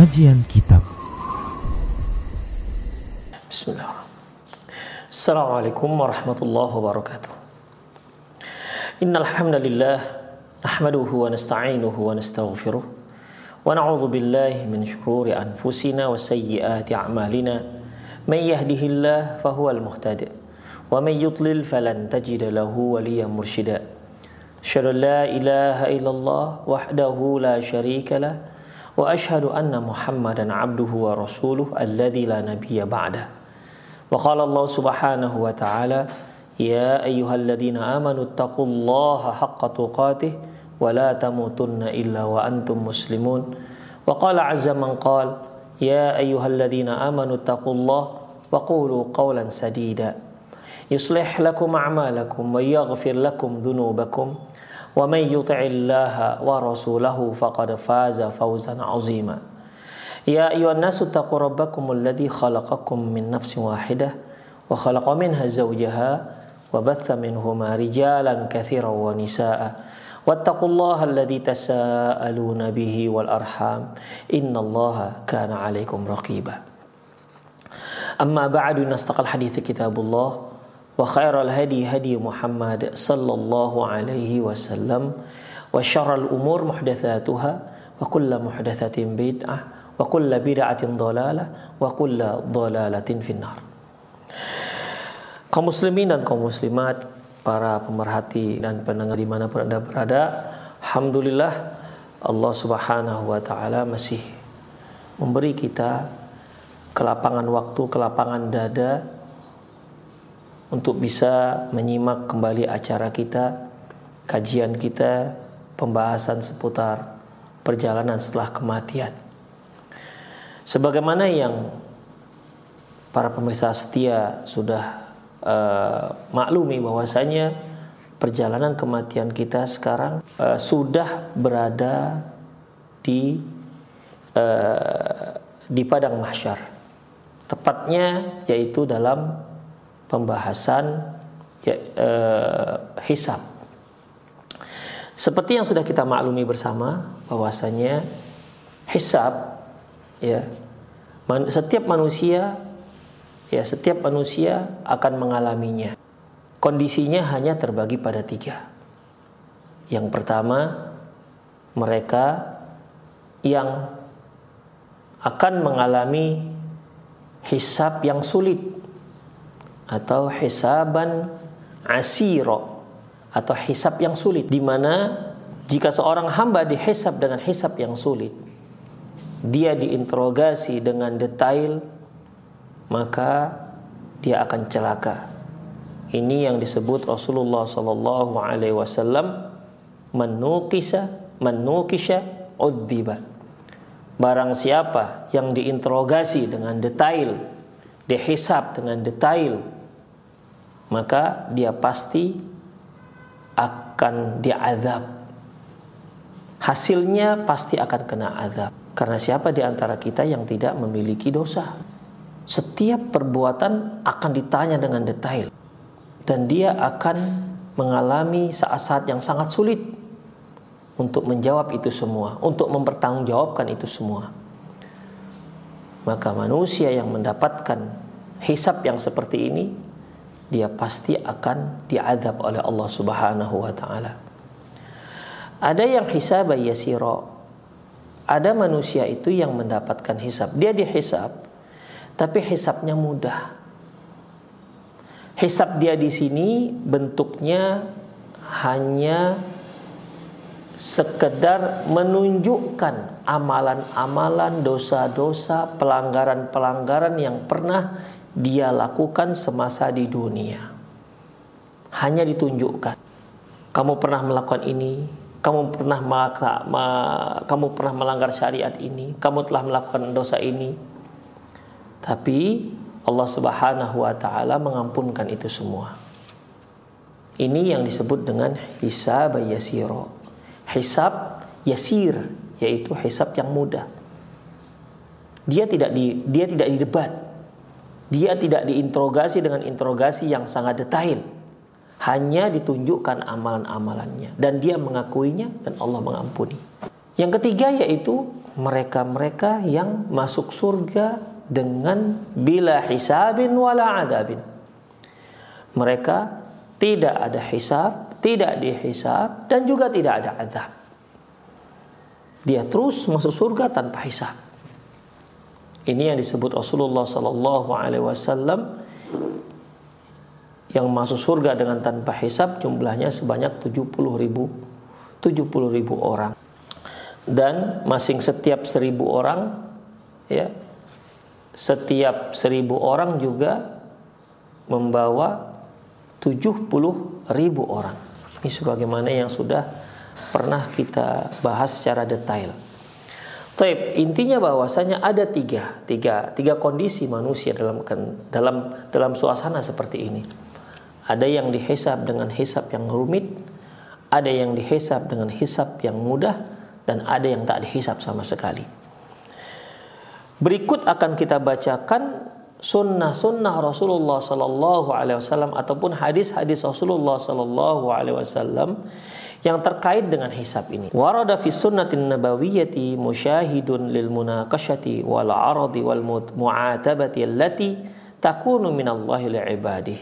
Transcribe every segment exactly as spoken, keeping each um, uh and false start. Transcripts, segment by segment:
Kajian Kitab. Bismillah. Assalamualaikum warahmatullahi wabarakatuh. Innal hamdalillah nahmaduhu wa nasta'inuhu wa nastaghfiruh wa na'udzu billahi min shururi anfusina wa sayyiati a'malina. May yahdihillahu fahuwal muhtadi wa may yudlil falan tajida lahu waliyyan mursyida. Asyhadu an la ilaha illallah wahdahu la syarika lah wa asyhadu anna Muhammadan abduhu wa rasuluh alladzi la nabiyya ba'dah. Wa qala Allah subhanahu wa ta'ala, ya ayyuhalladzina amanu taqullaha haqqa tuqatih wa la tamutunna illa wa antum muslimun. Wa qala azza man qala, ya ayyuhalladzina amanu taqullaha wa qulu qawlan sadida yuslih lakum a'malakum wa yaghfir lakum dhunubakum wa may yuti'illaha wa rasulahu faqad faza fawzan 'azima. Ya ayyuhan nasu taqu rabbakumul ladzi khalaqakum min nafsin wahidah wa khalaqa minha zawjaha wa batha minhuma rijalan katsiran wa nisaa'a wattaqullaha alladzi tasaaluna bihi wal arham innallaha kana 'alaikum raqiba. Amma ba'du, nastaqal hadithi kitabullah wa khairal hadi hadi Muhammad sallallahu alaihi wasallam wa syarral umur muhdatsatuha wa kullu muhdatsatin bid'ah wa kullu bid'atin dhalalah wa kullu dhalalatin finnar. Kaum muslimin dan kaum muslimat, para pemerhati dan pendengar dimanapun Anda berada, alhamdulillah Allah subhanahu wa ta'ala masih memberi kita kelapangan waktu, kelapangan dada untuk bisa menyimak kembali acara kita, kajian kita, pembahasan seputar perjalanan setelah kematian. Sebagaimana yang para pemirsa setia sudah uh, maklumi bahwasanya perjalanan kematian kita sekarang uh, sudah berada di uh, di padang mahsyar. Tepatnya yaitu dalam pembahasan ya, eh, hisab. Seperti yang sudah kita maklumi bersama bahwasanya hisab, ya, man, setiap manusia ya setiap manusia akan mengalaminya. Kondisinya hanya terbagi pada tiga. Yang pertama, mereka yang akan mengalami hisab yang sulit atau hisaban asiro, atau hisab yang sulit, di mana jika seorang hamba dihisab dengan hisab yang sulit, dia diinterogasi dengan detail, maka dia akan celaka. Ini yang disebut Rasulullah sallallahu alaihi wasallam, manukisa manukisha udziba. Barang siapa yang diinterogasi dengan detail, dihisab dengan detail, maka dia pasti akan diazab. Hasilnya pasti akan kena azab. Karena siapa di antara kita yang tidak memiliki dosa? Setiap perbuatan akan ditanya dengan detail, dan dia akan mengalami saat-saat yang sangat sulit untuk menjawab itu semua, untuk mempertanggungjawabkan itu semua. Maka manusia yang mendapatkan hisab yang seperti ini, dia pasti akan diazab oleh Allah subhanahu wa ta'ala. Ada yang hisab yasira. Ada manusia itu yang mendapatkan hisab. Dia dihisab, tapi hisabnya mudah. Hisab dia di sini bentuknya hanya sekedar menunjukkan amalan-amalan, dosa-dosa, pelanggaran-pelanggaran yang pernah dia lakukan semasa di dunia. Hanya ditunjukkan, kamu pernah melakukan ini, kamu pernah melaka, ma, kamu pernah melanggar syariat ini, kamu telah melakukan dosa ini. Tapi Allah subhanahu wa ta'ala mengampunkan itu semua. Ini yang disebut dengan hisab yasiro. Hisab yasir, yaitu hisab yang mudah. Dia tidak di, dia tidak didebat. Dia tidak diinterogasi dengan interogasi yang sangat detail. Hanya ditunjukkan amalan-amalannya, dan dia mengakuinya, dan Allah mengampuni. Yang ketiga yaitu mereka-mereka yang masuk surga dengan bila hisabin wala adabin. Mereka tidak ada hisab, tidak dihisab, dan juga tidak ada azab. Dia terus masuk surga tanpa hisab. Ini yang disebut Rasulullah Sallallahu Alaihi Wasallam, yang masuk surga dengan tanpa hisab jumlahnya sebanyak tujuh puluh ribu orang. Dan masing setiap seribu orang, ya, setiap seribu orang juga membawa tujuh puluh ribu orang. Ini sebagaimana yang sudah pernah kita bahas secara detail. Taib, intinya bahwasanya ada tiga, tiga, tiga kondisi manusia dalam dalam dalam suasana seperti ini. Ada yang dihisab dengan hisab yang rumit, ada yang dihisab dengan hisab yang mudah, dan ada yang tak dihisab sama sekali. Berikut akan kita bacakan sunnah-sunnah Rasulullah Sallallahu Alaihi Wasallam ataupun hadis-hadis Rasulullah Sallallahu Alaihi Wasallam yang terkait dengan hisab ini. Warada fi sunnatin nabawiyyati musyahidun lil munaqashati wal 'aradi wal mu'atabati allati takunu minallahi li ibadihi.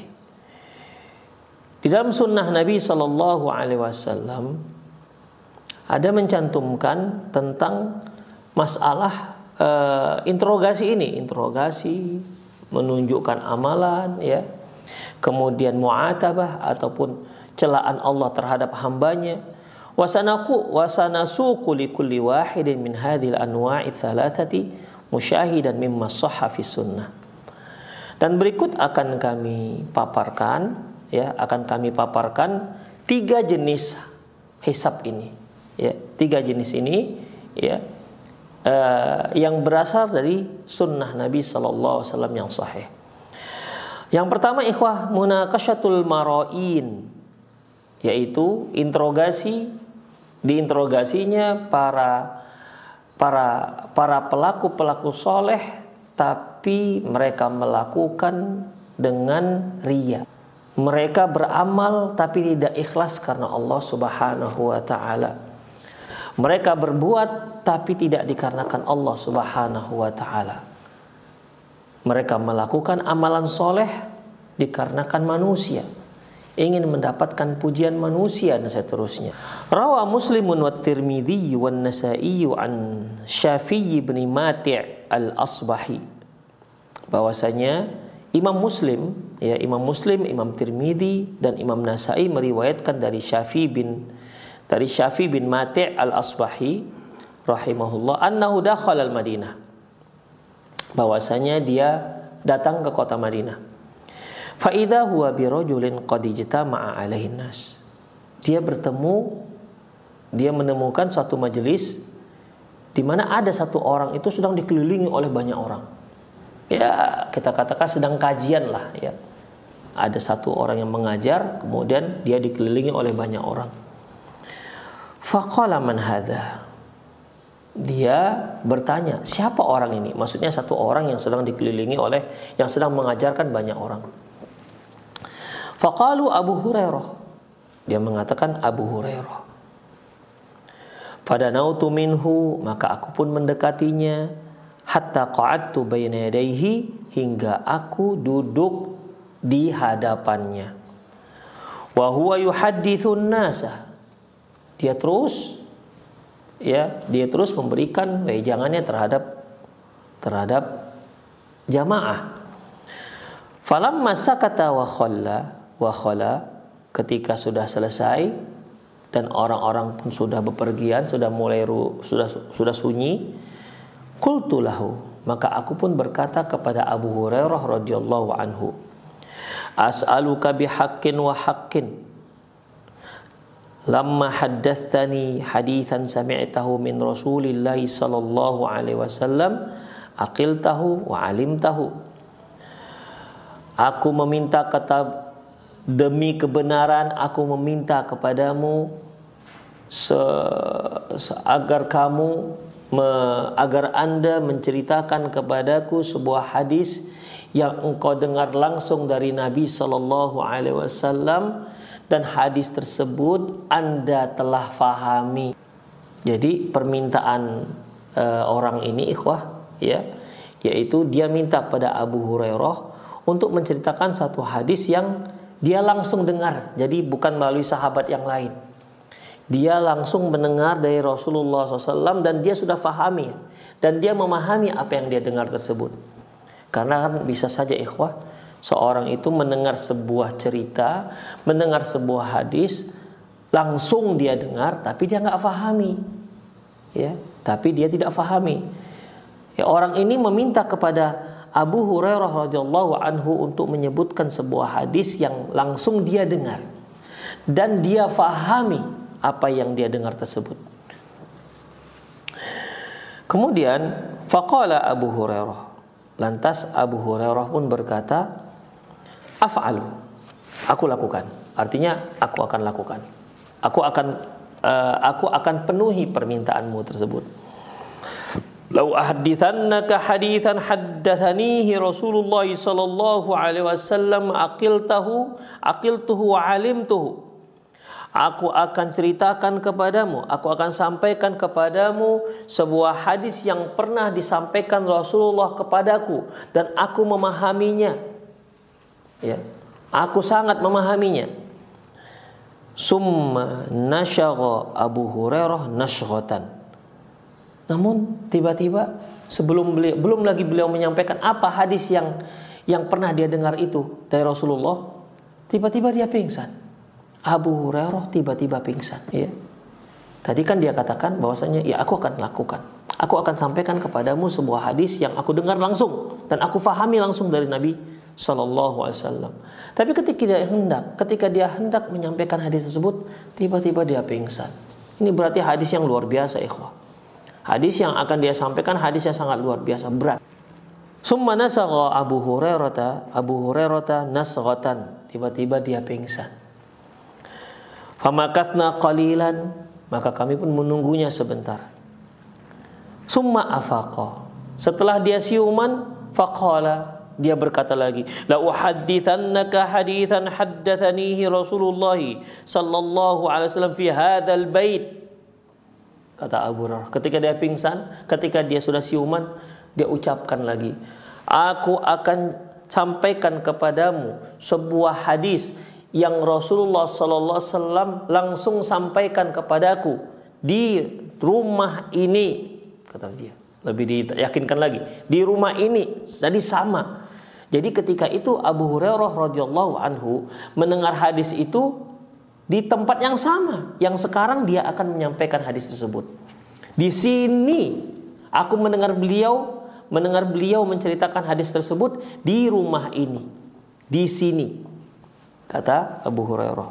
Di dalam sunnah Nabi Sallallahu Alaihi Wasallam ada mencantumkan tentang masalah uh, interogasi ini, interogasi menunjukkan amalan, ya, kemudian mu'atabah ataupun celaan Allah terhadap hambanya. Wasanaku wasanasuqu likulli wahidin min hadhil anwa'i thalathati musyahidan mimma shahha fi sunnah. Dan berikut akan kami paparkan, ya, akan kami paparkan tiga jenis hisab ini, ya, tiga jenis ini, ya, uh, yang berasal dari sunnah Nabi Sallallahu Alaihi Wasallam yang sahih. Yang pertama, ikhwah, munaqashatul mara'in, yaitu interogasi, diinterogasinya para para para pelaku-pelaku soleh, tapi mereka melakukan dengan riya. Mereka beramal tapi tidak ikhlas karena Allah Subhanahu wa taala. Mereka berbuat tapi tidak dikarenakan Allah Subhanahu wa taala. Mereka melakukan amalan soleh dikarenakan manusia, ingin mendapatkan pujian manusia dan seterusnya. Rawa Muslimun wa Tirmidzi wa Nasa'i an Syafi'i bin Mati' al-Asbahi, bahwasanya Imam Muslim, ya, Imam Muslim, Imam Tirmidzi dan Imam Nasa'i meriwayatkan dari Syafi'i bin dari Syafi'i bin Mati' al-Asbahi rahimahullah annahu dakhala al-Madinah, bahwasanya dia datang ke kota Madinah. Fa idza huwa bi rajulin qad ijtama'a alaihi nas. Dia bertemu, dia menemukan suatu majelis di mana ada satu orang itu sedang dikelilingi oleh banyak orang. Ya, kita katakan sedang kajian lah, ya. Ada satu orang yang mengajar, kemudian dia dikelilingi oleh banyak orang. Faqala man hadza? Dia bertanya, siapa orang ini? Maksudnya satu orang yang sedang dikelilingi oleh, yang sedang mengajarkan banyak orang. Faqalu Abu Hurairah. Dia mengatakan Abu Hurairah. Fadanautu minhu, maka aku pun mendekatinya, hatta qa'adtu baina yadayhi, hingga aku duduk di hadapannya. Wa huwa yuhadditsun nasa. Dia terus ya, dia terus memberikan wejangannya terhadap terhadap jamaah. Falamma sakata wa khalla wa khala, ketika sudah selesai dan orang-orang pun sudah bepergian, sudah mulai ru, sudah sudah sunyi, qultu lahu, maka aku pun berkata kepada Abu Hurairah radhiyallahu anhu, as'aluka bihaqqin wa haqqin lamma haddatsani haditsan sami'tahu min Rasulillah sallallahu alaihi wasallam aqiltahu wa alimtahu. Aku meminta kata demi kebenaran, aku meminta kepadamu se, se, agar kamu me, agar Anda menceritakan kepadaku sebuah hadis yang engkau dengar langsung dari Nabi sallallahu alaihi wasallam, dan hadis tersebut Anda telah fahami. Jadi permintaan uh, orang ini ikhwah, ya, yaitu dia minta pada Abu Hurairah untuk menceritakan satu hadis yang dia langsung dengar. Jadi bukan melalui sahabat yang lain. Dia langsung mendengar dari Rasulullah shallallahu alaihi wasallam dan dia sudah fahami dan dia memahami apa yang dia dengar tersebut. Karena kan bisa saja ikhwah, seorang itu mendengar sebuah cerita, mendengar sebuah hadis, langsung dia dengar, tapi dia nggak fahami, ya, tapi dia tidak fahami. Ya, orang ini meminta kepada Abu Hurairah radhiyallahu anhu untuk menyebutkan sebuah hadis yang langsung dia dengar dan dia fahami apa yang dia dengar tersebut. Kemudian faqala Abu Hurairah, lantas Abu Hurairah pun berkata, af'alu, aku lakukan. Artinya aku akan lakukan. Aku akan uh, aku akan penuhi permintaanmu tersebut. Lau ahditsannaka haditsan haddatsanihi Rasulullah sallallahu alaihi wasallam aqiltahu aqiltuhu wa alimtuhu. Aku akan ceritakan kepadamu, aku akan sampaikan kepadamu sebuah hadis yang pernah disampaikan Rasulullah kepadaku dan aku memahaminya. Ya, aku sangat memahaminya. Summa nasyagha Abu Hurairah nashghatan. Namun tiba-tiba sebelum beliau, belum lagi beliau menyampaikan apa hadis yang yang pernah dia dengar itu dari Rasulullah, tiba-tiba dia pingsan. Abu Hurairah tiba-tiba pingsan, ya. Tadi kan dia katakan bahwasanya ya aku akan lakukan. Aku akan sampaikan kepadamu sebuah hadis yang aku dengar langsung dan aku fahami langsung dari Nabi sallallahu alaihi wasallam. Tapi ketika dia hendak, ketika dia hendak menyampaikan hadis tersebut, tiba-tiba dia pingsan. Ini berarti hadis yang luar biasa, ikhwah. Hadis yang akan dia sampaikan hadis yang sangat luar biasa, berat. Summa nasagha Abu Hurairah, Abu Hurairah nasghatan, tiba-tiba dia pingsan. Famakathna qalilan, maka kami pun menunggunya sebentar. Summa afaqa, setelah dia siuman, faqala, dia berkata lagi, la uhadditsannaka haditsan haddatsanihi Rasulullah sallallahu alaihi wasallam fi hadzal bait. Kata Abu Hurairah, ketika dia pingsan, ketika dia sudah siuman, dia ucapkan lagi, aku akan sampaikan kepadamu sebuah hadis yang Rasulullah sallallahu alaihi wasallam langsung sampaikan kepadaku di rumah ini, kata dia. Lebih diyakinkan lagi, di rumah ini. Jadi sama. Jadi ketika itu Abu Hurairah radhiyallahu anhu mendengar hadis itu di tempat yang sama, yang sekarang dia akan menyampaikan hadis tersebut. Di sini aku mendengar beliau mendengar beliau menceritakan hadis tersebut di rumah ini, di sini, kata Abu Hurairah.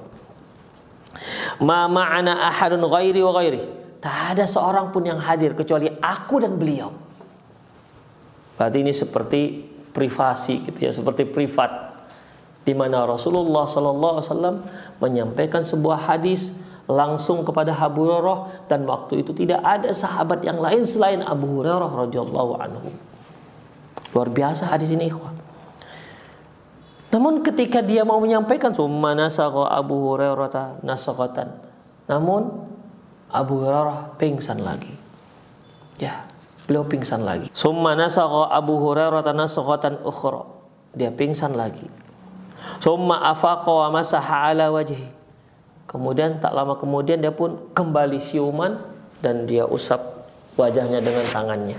Ma ma'ana ahadun ghairi wa ghairi. Tak ada seorang pun yang hadir kecuali aku dan beliau. Berarti ini seperti privasi gitu ya, seperti privat, di mana Rasulullah sallallahu alaihi wasallam menyampaikan sebuah hadis langsung kepada Abu Hurairah dan waktu itu tidak ada sahabat yang lain selain Abu Hurairah radhiyallahu anhu. Luar biasa hadis ini, ikhwan. Namun ketika dia mau menyampaikan summa nasagha Abu Hurairah nasghatan, namun Abu Hurairah pingsan lagi. Ya, beliau pingsan lagi. Summa nasagha Abu Hurairah nasghatan ukhra. Dia pingsan lagi. Summa afaqa wa masaha ala wajhi. Kemudian tak lama kemudian dia pun kembali siuman dan dia usap wajahnya dengan tangannya.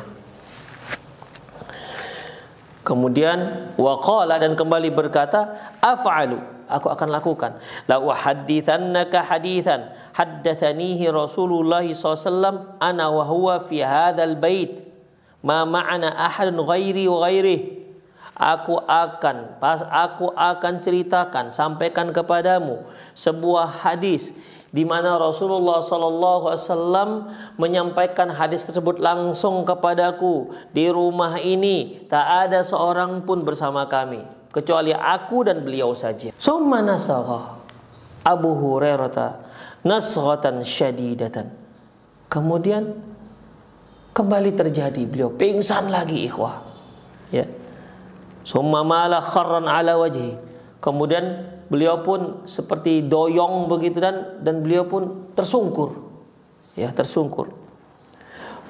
Kemudian waqala, dan kembali berkata, af'alu, aku akan lakukan. La uhadditsannaka haditsan haddatsanihi Rasulullah sallallahu alaihi wasallam ana wa huwa fi hadzal bait ma ma'ana ahadun ghairi wa ghairihi. Aku akan aku akan ceritakan, sampaikan kepadamu sebuah hadis di mana Rasulullah sallallahu alaihi wasallam menyampaikan hadis tersebut langsung kepadaku di rumah ini. Tak ada seorang pun bersama kami kecuali aku dan beliau saja. Summa nasagha Abu Hurairah nasghatan syadidatan. Kemudian kembali terjadi, beliau pingsan lagi, ikhwah. Ya. Summa mala kharran ala wajhi. Kemudian beliau pun seperti doyong begitu dan dan beliau pun tersungkur. Ya, tersungkur.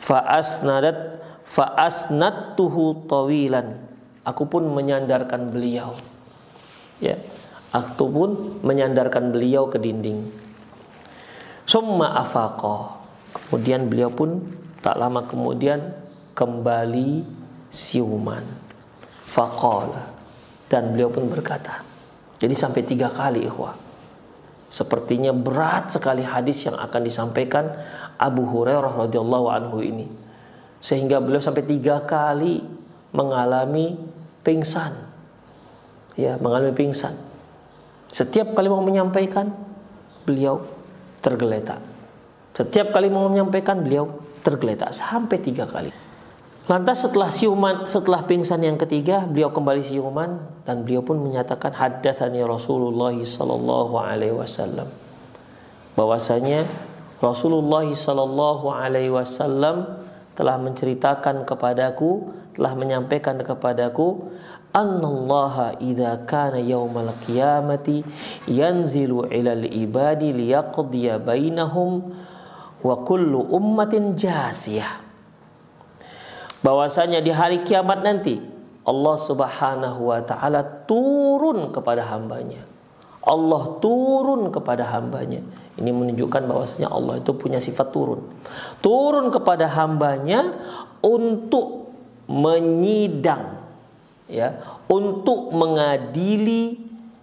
fa asnadat fa asnadtuhu tawilan. Aku pun menyandarkan beliau. Ya, aku pun menyandarkan beliau ke dinding. Summa afaqa. Kemudian beliau pun tak lama kemudian kembali siuman. Faqala. Dan beliau pun berkata. Jadi sampai tiga kali, ikhwah. Sepertinya berat sekali hadis yang akan disampaikan Abu Hurairah radhiyallahu anhu ini. Sehingga beliau sampai tiga kali mengalami pingsan. Ya, mengalami pingsan. Setiap kali mau menyampaikan, beliau tergeletak. Setiap kali mau menyampaikan, beliau tergeletak sampai tiga kali. Lantas setelah siuman, setelah pingsan yang ketiga, beliau kembali siuman dan beliau pun menyatakan haddatsani Rasulullah sallallahu alaihi wasallam. Bahwasanya Rasulullah sallallahu alaihi wasallam telah menceritakan kepadaku, telah menyampaikan kepadaku, annallaha idza kana yaumal qiyamati yanzilu ilal ibadi liyaqdiya bainahum wa kullu ummatin jasiyah. Bahwasanya di hari kiamat nanti Allah Subhanahu wa taala turun kepada hambanya. Allah turun kepada hambanya. Ini menunjukkan bahwasanya Allah itu punya sifat turun. Turun kepada hambanya untuk menyidang, ya, untuk mengadili,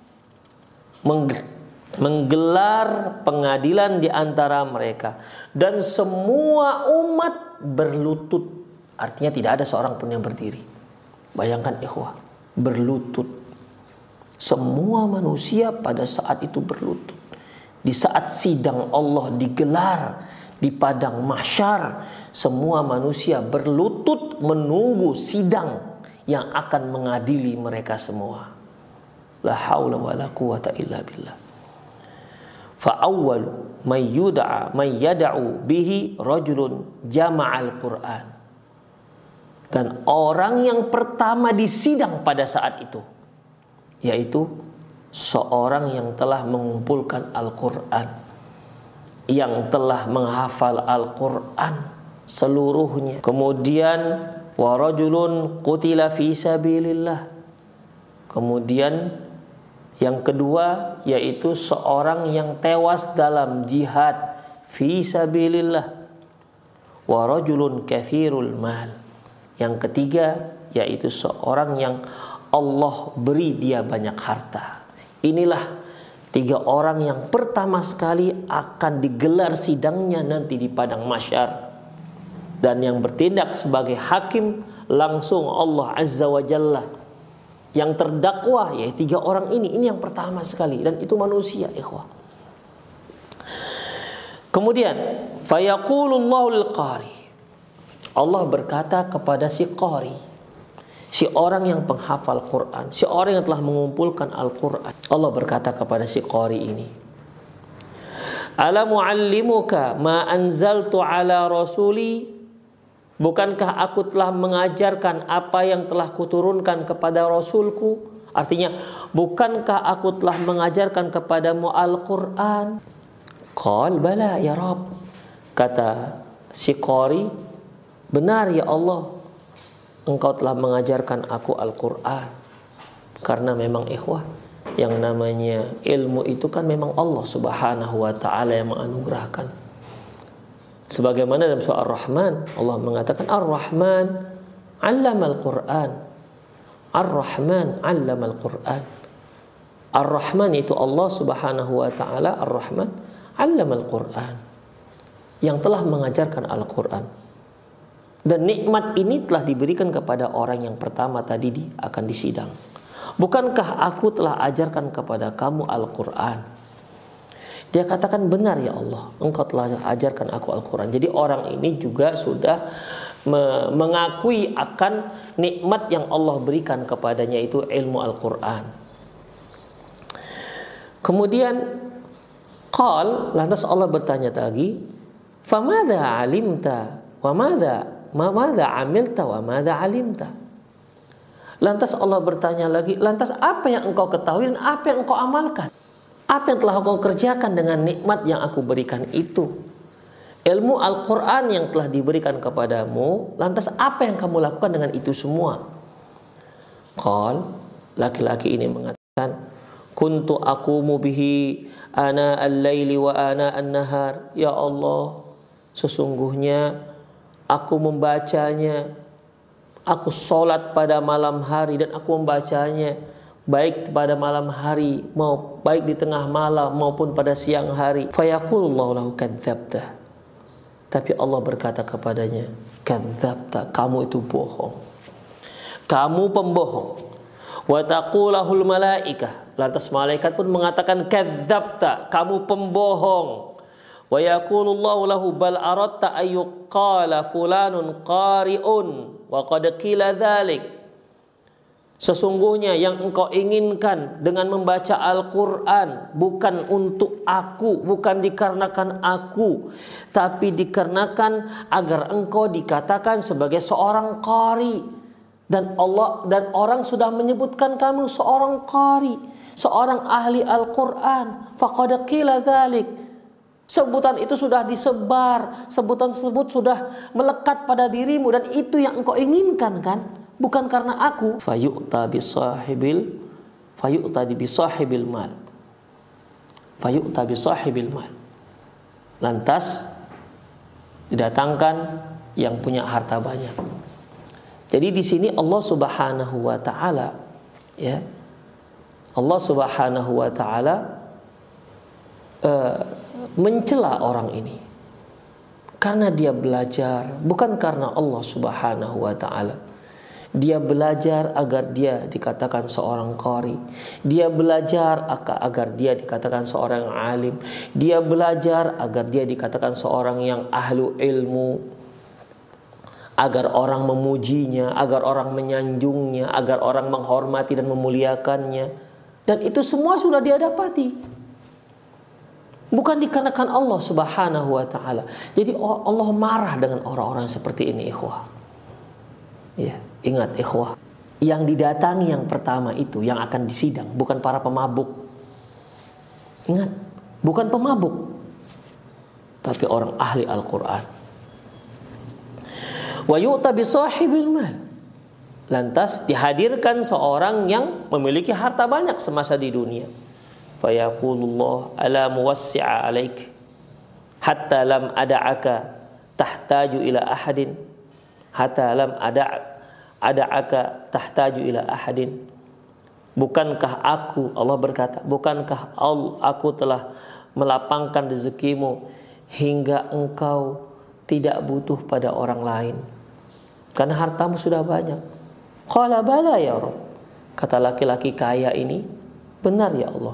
menggelar pengadilan di antara mereka, dan semua umat berlutut. Artinya tidak ada seorang pun yang berdiri. Bayangkan ikhwah, berlutut. Semua manusia pada saat itu berlutut. Di saat sidang Allah digelar di padang mahsyar, semua manusia berlutut menunggu sidang yang akan mengadili mereka semua. La haula wala quwata illa billah. Fa awwalu may yud'a may yad'u bihi rajulun jama'al Qur'an. Dan orang yang pertama disidang pada saat itu, yaitu seorang yang telah mengumpulkan Al-Quran, yang telah menghafal Al-Quran seluruhnya. Kemudian warajulun qutila fi sabilillah. Kemudian yang kedua yaitu seorang yang tewas dalam jihad fi sabilillah. Warajulun katsirul mal. Yang ketiga yaitu seorang yang Allah beri dia banyak harta. Inilah tiga orang yang pertama sekali akan digelar sidangnya nanti di padang mahsyar. Dan yang bertindak sebagai hakim langsung Allah Azza wa Jalla. Yang terdakwa yaitu tiga orang ini. Ini yang pertama sekali. Dan itu manusia, ikhwah. Kemudian fayaqulullahu lil-qari. Allah berkata kepada si qari, si orang yang penghafal Quran, si orang yang telah mengumpulkan Al-Quran. Allah berkata kepada si qari ini, ala muallimuka ma anzaltu ala rasuli. Bukankah aku telah mengajarkan apa yang telah kuturunkan kepada Rasulku? Artinya, bukankah aku telah mengajarkan kepadamu Al-Quran? Qal bala ya Rabb. Kata si qari, benar ya Allah, Engkau telah mengajarkan aku Al-Quran. Karena memang ikhwah, yang namanya ilmu itu kan memang Allah Subhanahu wa ta'ala yang menganugerahkan. Sebagaimana dalam surah Ar-Rahman, Allah mengatakan Ar-Rahman 'allamal Qur'an. Ar-Rahman 'allamal Qur'an. Ar-Rahman itu Allah Subhanahu wa ta'ala. Ar-Rahman 'allamal Qur'an, yang telah mengajarkan Al-Quran. Dan nikmat ini telah diberikan kepada orang yang pertama tadi di, akan disidang. Bukankah aku telah ajarkan kepada kamu Al-Quran? Dia katakan benar ya Allah, Engkau telah ajarkan aku Al-Quran. Jadi orang ini juga sudah me- mengakui akan nikmat yang Allah berikan kepadanya, itu ilmu Al-Quran. Kemudian qal, lantas Allah bertanya lagi, famadha alimta wa madha Mada amilta wa mada alimta. Lantas Allah bertanya lagi, lantas apa yang engkau ketahui dan apa yang engkau amalkan? Apa yang telah engkau kerjakan dengan nikmat yang aku berikan itu? ilmu Al-Quran yang telah diberikan kepadamu, lantas apa yang kamu lakukan dengan itu semua? Qal, laki-laki ini mengatakan, kuntu aqumu bihi ana al-laili wa ana an-nahar. Ya Allah, sesungguhnya aku membacanya, aku sholat pada malam hari dan aku membacanya baik pada malam hari, mau baik di tengah malam maupun pada siang hari. Fayaqulullahu lahu kadzdzabta. Tapi Allah berkata kepadanya, kadzdzabta, kamu itu bohong, kamu pembohong. Wa taqulahul malaikah, lantas malaikat pun mengatakan kadzdzabta, kamu pembohong. Wa yaqulullahu lahu bal aratta ayyuqala fulanun qari'un wa qad qila dzalik. Sesungguhnya yang engkau inginkan dengan membaca Al-Quran bukan untuk aku, bukan dikarenakan aku, tapi dikarenakan agar engkau dikatakan sebagai seorang qari. Dan Allah dan orang sudah menyebutkan kamu seorang qari, seorang ahli Al-Quran. Faqad qila dzalik. Sebutan itu sudah disebar, sebutan tersebut sudah melekat pada dirimu dan itu yang engkau inginkan kan? Bukan karena aku. Fayu'ta bisahibil fayu'ta bisahibil mal. Fayu'ta bisahibil mal. Lantas didatangkan yang punya harta banyak. Jadi di sini Allah Subhanahu wa taala ya. Allah Subhanahu wa taala uh, mencela orang ini. Karena dia belajar, bukan karena Allah Subhanahu wa taala. Dia belajar agar dia dikatakan seorang qari. Dia belajar agar dia dikatakan seorang alim. Dia belajar agar dia dikatakan seorang yang ahlu ilmu. Agar orang memujinya, agar orang menyanjungnya, agar orang menghormati dan memuliakannya. Dan itu semua sudah dia dapati. Bukan dikarenakan Allah Subhanahu wa taala. Jadi Allah marah dengan orang-orang seperti ini, ikhwah. Ya, ingat ikhwah, yang didatangi yang pertama itu yang akan disidang bukan para pemabuk. Ingat, bukan pemabuk, tapi orang ahli Al-Quran. Wa yu'ta bisahibil mal. Lantas dihadirkan seorang yang memiliki harta banyak semasa di dunia. Fayaqulullah ala muwassi'a alaik hatta lam ada'aka tahtaju ila ahadin hatta lam ada ada'aka tahtaju ila ahadin. Bukankah aku, Allah berkata, bukankah aku telah melapangkan rezekimu hingga engkau tidak butuh pada orang lain karena hartamu sudah banyak. Qala bala ya Rabb. Kata laki-laki kaya ini, benar ya Allah.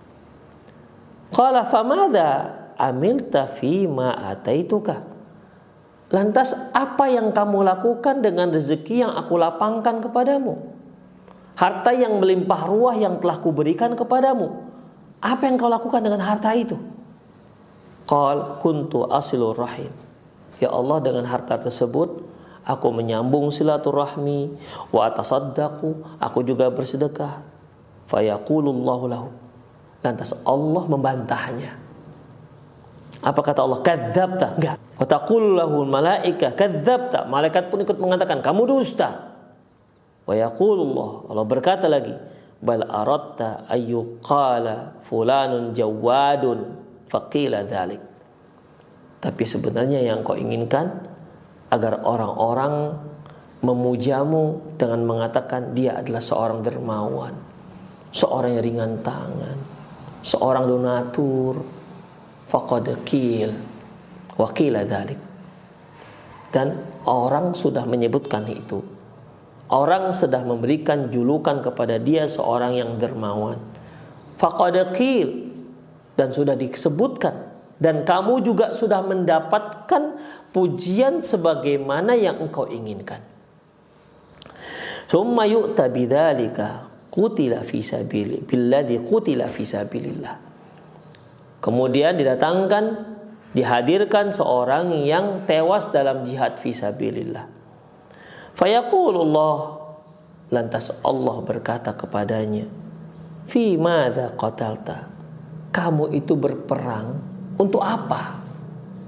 Qala famadha amilta fima ataituka. Lantas apa yang kamu lakukan dengan rezeki yang aku lapangkan kepadamu? Harta yang melimpah ruah yang telah kuberikan kepadamu. Apa yang kau lakukan dengan harta itu? Qal kuntu asilur rahim. Ya Allah, dengan harta tersebut aku menyambung silaturahmi, wa atasaddaqu, aku juga bersedekah. Fayaqulullahu lahu. Lantas Allah membantahnya. Apa kata Allah? Kadzdzabta. Enggak. Wa taqulu lahul malaika kadzdzabta. Malaikat pun ikut mengatakan kamu dusta. Wa yaqulullah, Allah berkata lagi, bal aratta ayyuqala fulanun jawadun faqila dzalik. Tapi sebenarnya yang kau inginkan agar orang-orang memujamu dengan mengatakan dia adalah seorang dermawan, seorang yang ringan tangan, seorang donatur. Faqad qil wa qila dzalik. Dan orang sudah menyebutkan itu. Orang sudah memberikan julukan kepada dia seorang yang dermawan. Faqad qil, dan sudah disebutkan, dan kamu juga sudah mendapatkan pujian sebagaimana yang engkau inginkan. Tsumma yu'ta bidzalika qutila fi sabili billadzi qutila fi sabilillah. Kemudian didatangkan, dihadirkan seorang yang tewas dalam jihad fi sabilillah. Fayaqulullah, lantas Allah berkata kepadanya, fi madza qatalta? Kamu itu berperang untuk apa?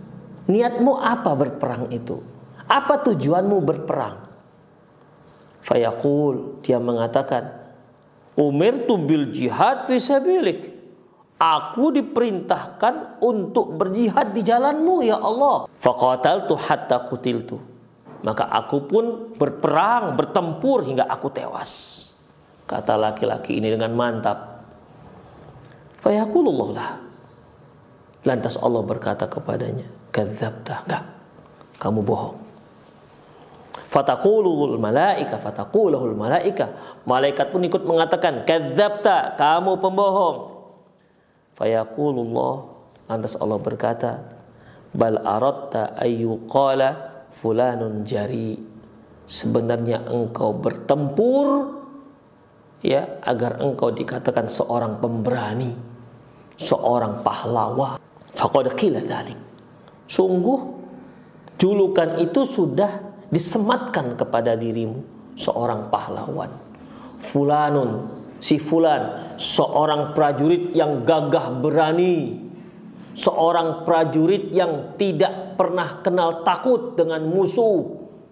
Niatmu apa berperang itu? Apa tujuanmu berperang? Fayaqul, dia mengatakan, umirtu bil jihad fi sabilik. Aku diperintahkan untuk berjihad di jalanmu ya Allah. Faqataltu hatta qutiltu. Maka aku pun berperang, bertempur hingga aku tewas. Kata laki-laki ini dengan mantap. Fayaqulullah lah. Lantas Allah berkata kepadanya, kadzabta, enggak, kamu bohong. Fataqulul malaika, fataqulul malaika. Malaikat pun ikut mengatakan, kadzabta, kamu pembohong. Fayaqulullah, lantas Allah berkata, bal aradta ayyuqala fulanun jari. Sebenarnya engkau bertempur ya agar engkau dikatakan seorang pemberani, seorang pahlawan. Faqad qila dzalik. Sungguh julukan itu sudah disematkan kepada dirimu, seorang pahlawan. Fulanun, si fulan, seorang prajurit yang gagah berani, seorang prajurit yang tidak pernah kenal takut dengan musuh,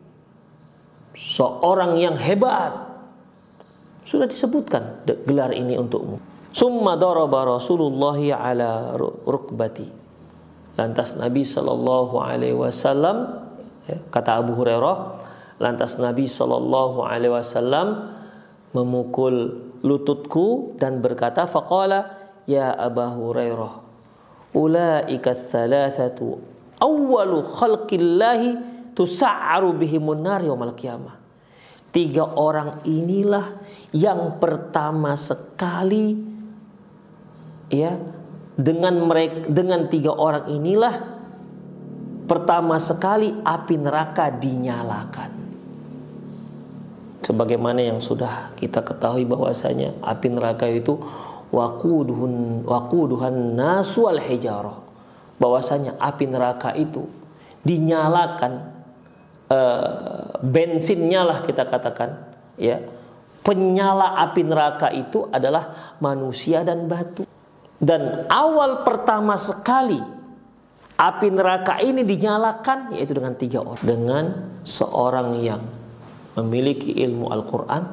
seorang yang hebat. Sudah disebutkan gelar ini untukmu. Summa daraba Rasulullah ala rukbati. Lantas Nabi sallallahu alaihi wasallam, kata Abu Hurairah, lantas Nabi sallallahu alaihi wasallam memukul lututku dan berkata, faqala ya Abu Hurairah, ulaika tsalatsatu awwalu khalqillahi tusa'aru bihimun nar yaumil qiyamah. Tiga orang inilah yang pertama sekali ya, dengan mereka, dengan tiga orang inilah pertama sekali api neraka dinyalakan. Sebagaimana yang sudah kita ketahui bahwasanya api neraka itu waquduhun waquduhan nasu wal hijarah. Bahwasanya api neraka itu dinyalakan, e, bensinnya lah kita katakan ya. Penyala api neraka itu adalah manusia dan batu. Dan awal pertama sekali api neraka ini dinyalakan yaitu dengan tiga orang. Dengan seorang yang memiliki ilmu Al-Quran,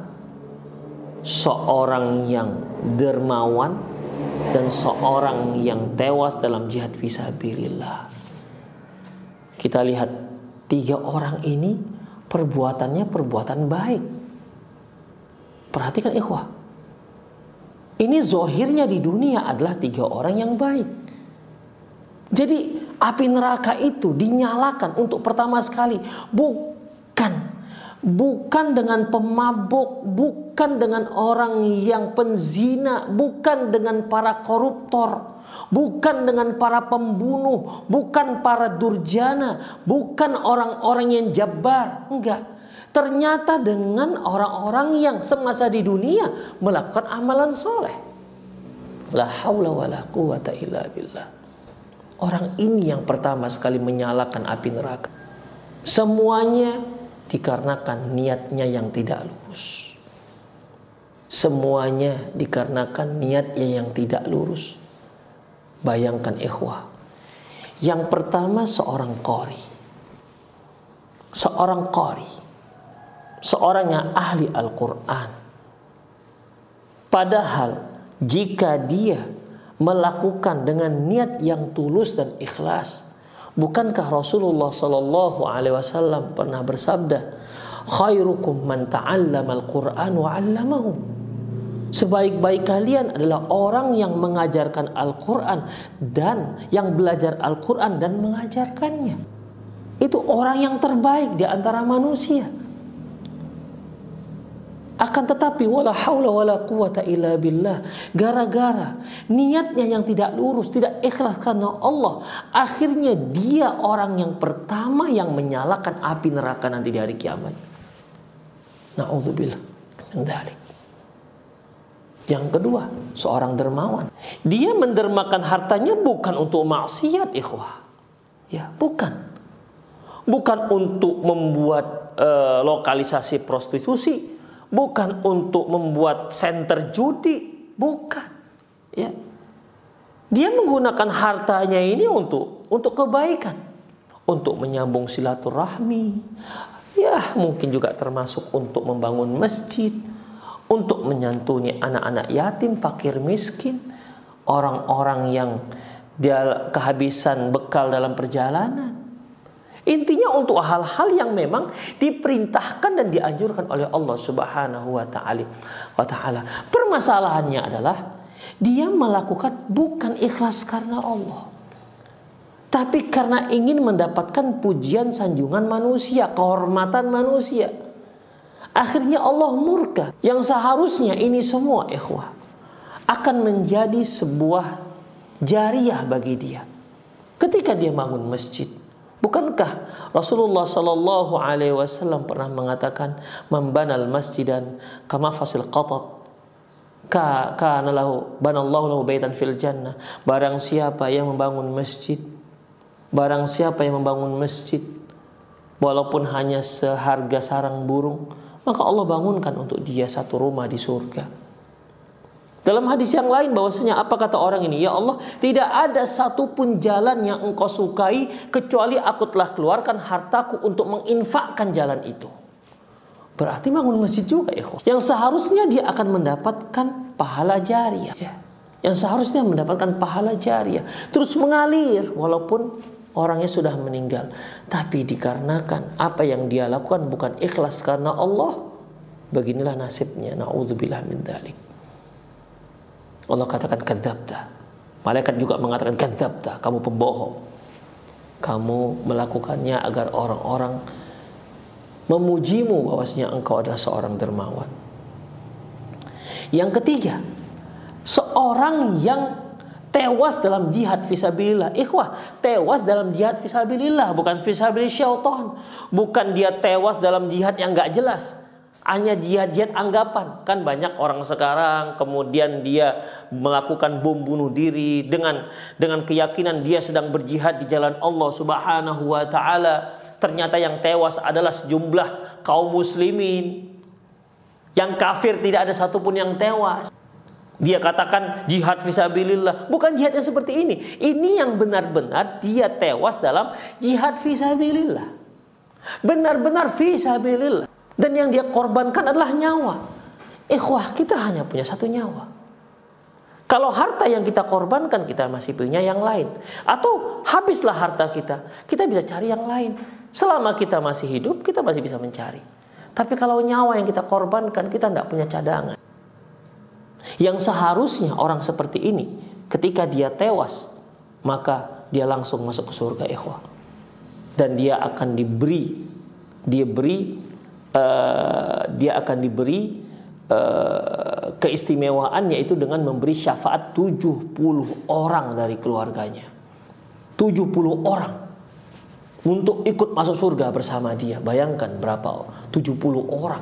seorang yang dermawan, dan seorang yang tewas dalam jihad fisabilillah. Kita lihat tiga orang ini perbuatannya perbuatan baik. Perhatikan ikhwah. Ini zohirnya di dunia adalah tiga orang yang baik. Jadi api neraka itu dinyalakan untuk pertama sekali bukan bukan dengan pemabuk, bukan dengan orang yang penzina, bukan dengan para koruptor, bukan dengan para pembunuh, bukan para durjana, bukan orang-orang yang jabbar. Enggak. Ternyata dengan orang-orang yang semasa di dunia melakukan amalan soleh. La haula wa la quwata illa billah. Orang ini yang pertama sekali menyalakan api neraka. Semuanya dikarenakan niatnya yang tidak lurus. Semuanya dikarenakan niatnya yang tidak lurus. Bayangkan ikhwah. Yang pertama seorang qari. Seorang qari. Seorang yang ahli Al-Quran. Padahal jika dia melakukan dengan niat yang tulus dan ikhlas, bukankah Rasulullah Sallallahu Alaihi Wasallam pernah bersabda, khairukum man ta'allama al-Quran wa 'allamahu. Sebaik-baik kalian adalah orang yang mengajarkan Al-Quran dan yang belajar Al-Quran dan mengajarkannya. Itu orang yang terbaik di antara manusia. Akan tetapi wala haula wala quwata illa billah, gara-gara niatnya yang tidak lurus, tidak ikhlas karena Allah, akhirnya dia orang yang pertama yang menyalakan api neraka nanti di hari kiamat. Na'udzubillah min dzalik. Yang kedua, seorang dermawan. Dia mendermakan hartanya bukan untuk maksiat, ikhwah. Ya, bukan. Bukan untuk membuat uh, lokalisasi prostitusi. Bukan untuk membuat senter judi, bukan. Ya, dia menggunakan hartanya ini untuk untuk kebaikan, untuk menyambung silaturahmi, ya mungkin juga termasuk untuk membangun masjid, untuk menyantuni anak-anak yatim, fakir miskin, orang-orang yang dia kehabisan bekal dalam perjalanan. Intinya untuk hal-hal yang memang diperintahkan dan dianjurkan oleh Allah Subhanahu wa taala. Permasalahannya adalah dia melakukan bukan ikhlas karena Allah, tapi karena ingin mendapatkan pujian sanjungan manusia, kehormatan manusia. Akhirnya Allah murka. Yang seharusnya ini semua ikhwah akan menjadi sebuah jariyah bagi dia. Ketika dia bangun masjid, bukankah Rasulullah Sallallahu Alaihi Wasallam pernah mengatakan, "Membanal masjidan kama fasil qatat, ka kana lahu banallahu lahu baitan fil jannah." Barang siapa yang membangun masjid, barang siapa yang membangun masjid, walaupun hanya seharga sarang burung, maka Allah bangunkan untuk dia satu rumah di surga. Dalam hadis yang lain bahwasanya apa kata orang ini? Ya Allah, tidak ada satupun jalan yang engkau sukai kecuali aku telah keluarkan hartaku untuk menginfakkan jalan itu. Berarti bangun masjid juga ikhwah. Yang seharusnya dia akan mendapatkan pahala jariyah. Ya. Yang seharusnya mendapatkan pahala jariyah. Terus mengalir walaupun orangnya sudah meninggal. Tapi dikarenakan apa yang dia lakukan bukan ikhlas karena Allah, beginilah nasibnya. Na'udzubillah min dzalik. Allah katakan kadzabta. Malaikat juga mengatakan kadzabta, kamu pembohong. Kamu melakukannya agar orang-orang memujimu bahwasanya engkau adalah seorang dermawan. Yang ketiga, seorang yang tewas dalam jihad fisabilillah. Ikhwah, tewas dalam jihad fisabilillah, bukan fisabilillah syaitan. Bukan dia tewas dalam jihad yang enggak jelas, hanya jihad-jihad anggapan. Kan banyak orang sekarang kemudian dia melakukan bom bunuh diri dengan dengan keyakinan dia sedang berjihad di jalan Allah Subhanahu wa taala. Ternyata yang tewas adalah sejumlah kaum muslimin. Yang kafir tidak ada satupun yang tewas. Dia katakan jihad fisabilillah. Bukan jihad yang seperti ini. Ini yang benar-benar dia tewas dalam jihad fisabilillah. Benar-benar fisabilillah. Dan yang dia korbankan adalah nyawa. Ikhwah, kita hanya punya satu nyawa. Kalau harta yang kita korbankan, kita masih punya yang lain. Atau habislah harta kita, kita bisa cari yang lain. Selama kita masih hidup, kita masih bisa mencari. Tapi kalau nyawa yang kita korbankan, kita tidak punya cadangan. Yang seharusnya orang seperti ini, ketika dia tewas, maka dia langsung masuk ke surga, ikhwah. Dan dia akan diberi, dia beri Uh, dia akan diberi uh, keistimewaan, yaitu dengan memberi syafaat tujuh puluh orang dari keluarganya. tujuh puluh orang untuk ikut masuk surga bersama dia. Bayangkan berapa? tujuh puluh orang.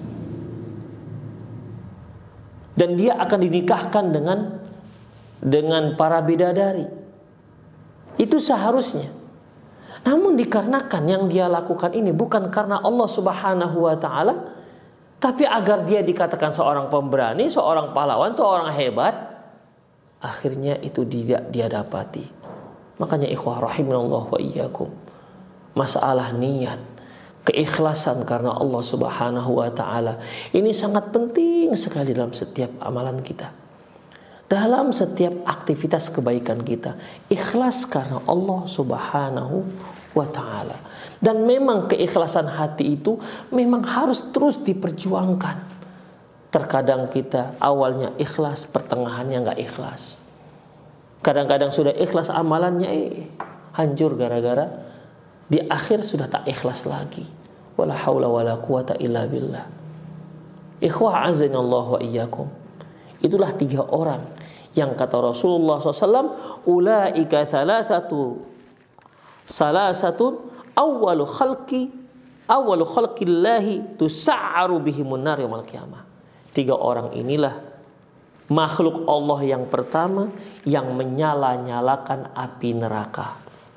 Dan dia akan dinikahkan dengan dengan para bidadari. Itu seharusnya. Namun dikarenakan yang dia lakukan ini bukan karena Allah Subhanahu wa taala, tapi agar dia dikatakan seorang pemberani, seorang pahlawan, seorang hebat, akhirnya itu tidak dia dapati. Makanya ikhwah rahimanallah wa iyyakum, masalah niat, keikhlasan karena Allah Subhanahu wa taala ini sangat penting sekali dalam setiap amalan kita. Dalam setiap aktivitas kebaikan kita, ikhlas karena Allah Subhanahu wa ta'ala. Dan memang keikhlasan hati itu memang harus terus diperjuangkan. Terkadang kita awalnya ikhlas, pertengahannya nggak ikhlas. Kadang-kadang sudah ikhlas amalannya eh, hancur gara-gara di akhir sudah tak ikhlas lagi. Wala haula wala quwata illa billah. Ikhwah azanallahu wa iyyakum. Itulah tiga orang yang kata Rasulullah shallallahu alaihi wasallam, ulaika thalathatu salasatun awwalu khalqi awwalu khalqillahi tusa'aru bihimun nar yaumil qiyamah. Tiga orang inilah makhluk Allah yang pertama yang menyala-nyalakan api neraka.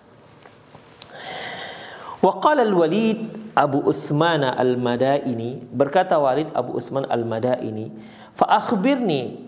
Wa qala al-Walid Abu Utsman al-Madaini, berkata Walid Abu Utsman al-Madaini, fa akhbirni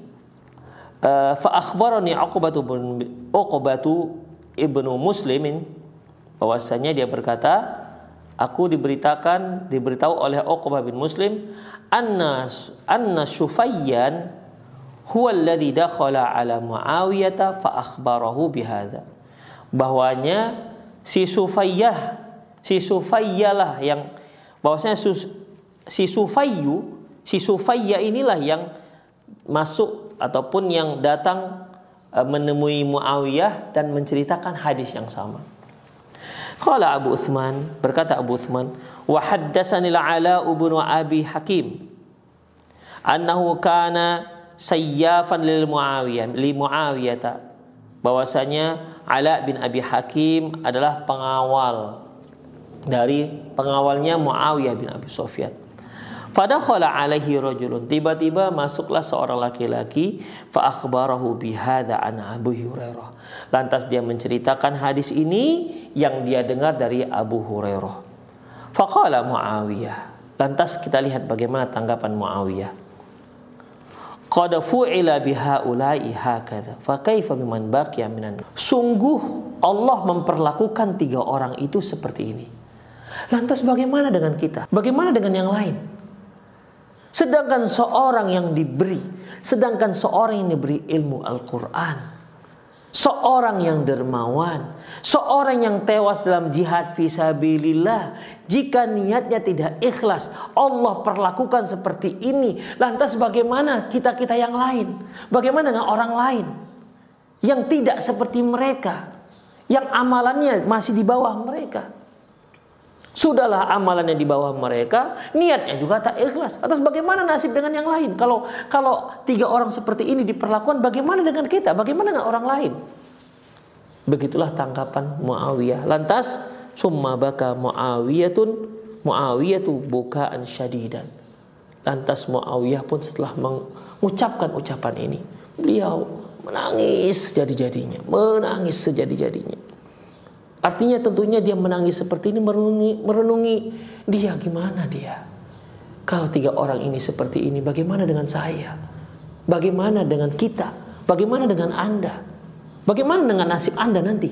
fa akhbarani Uqbatu bin Uqbatu ibnu Muslimin bahwasanya dia berkata, aku diberitakan diberitahu oleh Uqbah bin Muslim anna anna Syufayyan huwa alladhi dakhala ala Muawiyah fa akhbarahu bihadza, bahwanya si Sufayyah si Sufayyalah yang bahwasanya si Sufayyu si Sufayya inilah yang masuk ataupun yang datang menemui Muawiyah dan menceritakan hadis yang sama. Qala Abu Uthman, berkata Abu Uthman, wa haddatsani al-Ala bin Abi Hakim annahu kana sayyafan lil Muawiyah li Muawiyah, bahwasanya Ala bin Abi Hakim adalah pengawal dari pengawalnya Muawiyah bin Abi Sufyan. Fadakhala alaihi rajulun, tiba-tiba masuklah seorang laki-laki, fa akhbarahu bihadza an Abu Hurairah. Lantas dia menceritakan hadis ini yang dia dengar dari Abu Hurairah. Faqala Muawiyah, lantas kita lihat bagaimana tanggapan Muawiyah. Qad fu'ila bihaula'i hakadza, fa kaifa biman baqiya minan. Sungguh Allah memperlakukan tiga orang itu seperti ini. Lantas bagaimana dengan kita? Bagaimana dengan yang lain? Sedangkan seorang yang diberi, sedangkan seorang yang diberi ilmu Al-Quran, seorang yang dermawan, seorang yang tewas dalam jihad fisabilillah, jika niatnya tidak ikhlas, Allah perlakukan seperti ini. Lantas bagaimana kita-kita yang lain? Bagaimana dengan orang lain yang tidak seperti mereka, yang amalannya masih di bawah mereka? Sudahlah amalannya di bawah mereka, niatnya juga tak ikhlas. Atas bagaimana nasib dengan yang lain? Kalau kalau tiga orang seperti ini diperlakukan, bagaimana dengan kita? Bagaimana dengan orang lain? Begitulah tanggapan Muawiyah. Lantas summa baka Muawiyatun Muawiyatu bukaan syadidan. Lantas Muawiyah pun setelah mengucapkan ucapan ini, beliau menangis jadi-jadinya, menangis sejadi-jadinya. Artinya tentunya dia menangis seperti ini, merenungi, merenungi dia gimana dia. Kalau tiga orang ini seperti ini, bagaimana dengan saya? Bagaimana dengan kita? Bagaimana dengan Anda? Bagaimana dengan nasib Anda nanti?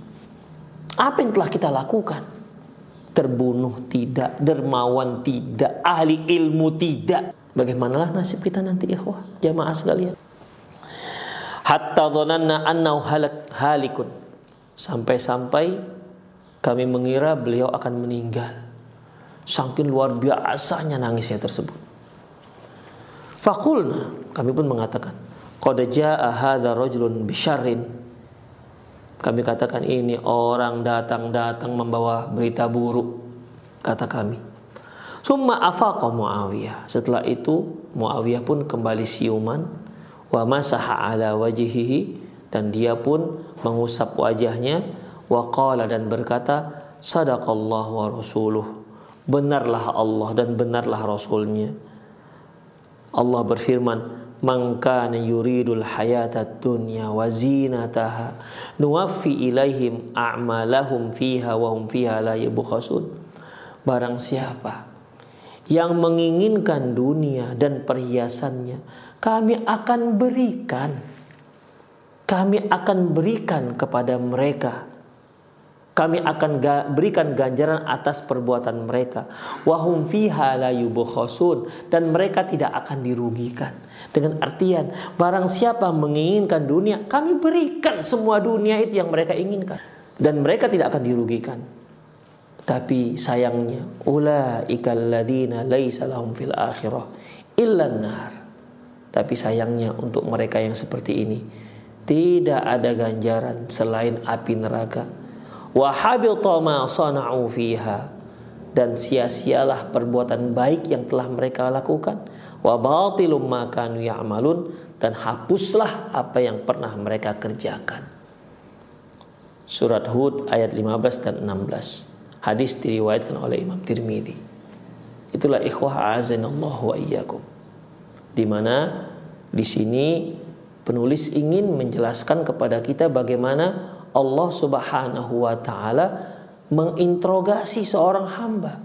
Apa yang telah kita lakukan? Terbunuh tidak, dermawan tidak, ahli ilmu tidak. Bagaimanalah nasib kita nanti, ikhwah, jamaah sekalian? Hatta dhananna annahu halak halikun. Sampai-sampai kami mengira beliau akan meninggal. Saking luar biasanya nangisnya tersebut. Faqulna, kami pun mengatakan, qad jaa hadza rajulun bisyarrin. Kami katakan ini orang datang-datang membawa berita buruk, kata kami. Summa afaqa Muawiyah. Setelah itu Muawiyah pun kembali siuman, wa masaha ala wajhihi, dan dia pun mengusap wajahnya, wa qala, dan berkata, sadaqallahu wa rasuluh, benarlah Allah dan benarlah Rasulnya. Allah berfirman, man kana yuridul hayatad dunya wa zinataha nuwaffi ilaihim a'malahum fiha wa hum fiha la yubkhasun. Barang siapa yang menginginkan dunia dan perhiasannya, kami akan berikan Kami akan berikan kepada mereka. Kami akan ga, berikan ganjaran atas perbuatan mereka. Wahum fiha la yubkhasun, dan mereka tidak akan dirugikan. Dengan artian, barang siapa menginginkan dunia, kami berikan semua dunia itu yang mereka inginkan, dan mereka tidak akan dirugikan. Tapi sayangnya, ulaikal ladzina laisa lahum fil akhirah illan nar. Tapi sayangnya untuk mereka yang seperti ini, tidak ada ganjaran selain api neraka. Wa habita ma sana'u fiha, dan sia-sialah perbuatan baik yang telah mereka lakukan. Wa batilum ma kanu ya'malun, dan hapuslah apa yang pernah mereka kerjakan. Surat Hud ayat lima belas dan enam belas. Hadis diriwayatkan oleh Imam Tirmidzi. Itulah ikhwah azanallahu wa iyyakum. Di mana di sini penulis ingin menjelaskan kepada kita bagaimana Allah Subhanahu wa taala menginterogasi seorang hamba.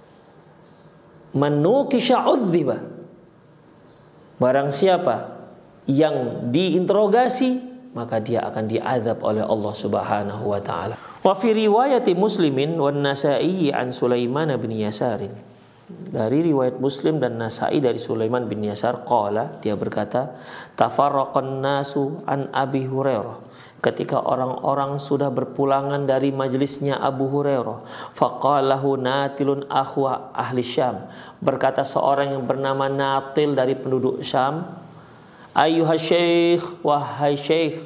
Man nukisha udziba. Barang siapa yang diinterogasi, maka dia akan diazab oleh Allah Subhanahu wa taala. Wa fi riwayati Muslimin wan Nasa'i an Sulaiman bin Yasarin. Dari riwayat Muslim dan Nasa'i dari Sulaiman bin Yasar qala, dia berkata, tafarraqan nasu an Abi Hurairah. Ketika orang-orang sudah berpulangan dari majelisnya Abu Hurairah, faqalahu Natilun akhwa ahli Syam. Berkata seorang yang bernama Natil dari penduduk Syam, ayyuha syekh, wahai syekh,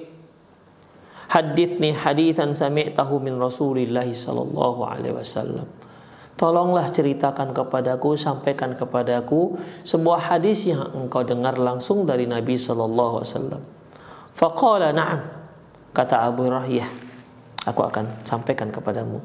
hadithni hadithan sami'tahu min Rasulillah sallallahu alaihi wasallam. Tolonglah ceritakan kepadaku, sampaikan kepadaku sebuah hadis yang engkau dengar langsung dari Nabi sallallahu alaihi wasallam. Faqala na'am. Kata Abu Hurairah, ya, aku akan sampaikan kepadamu.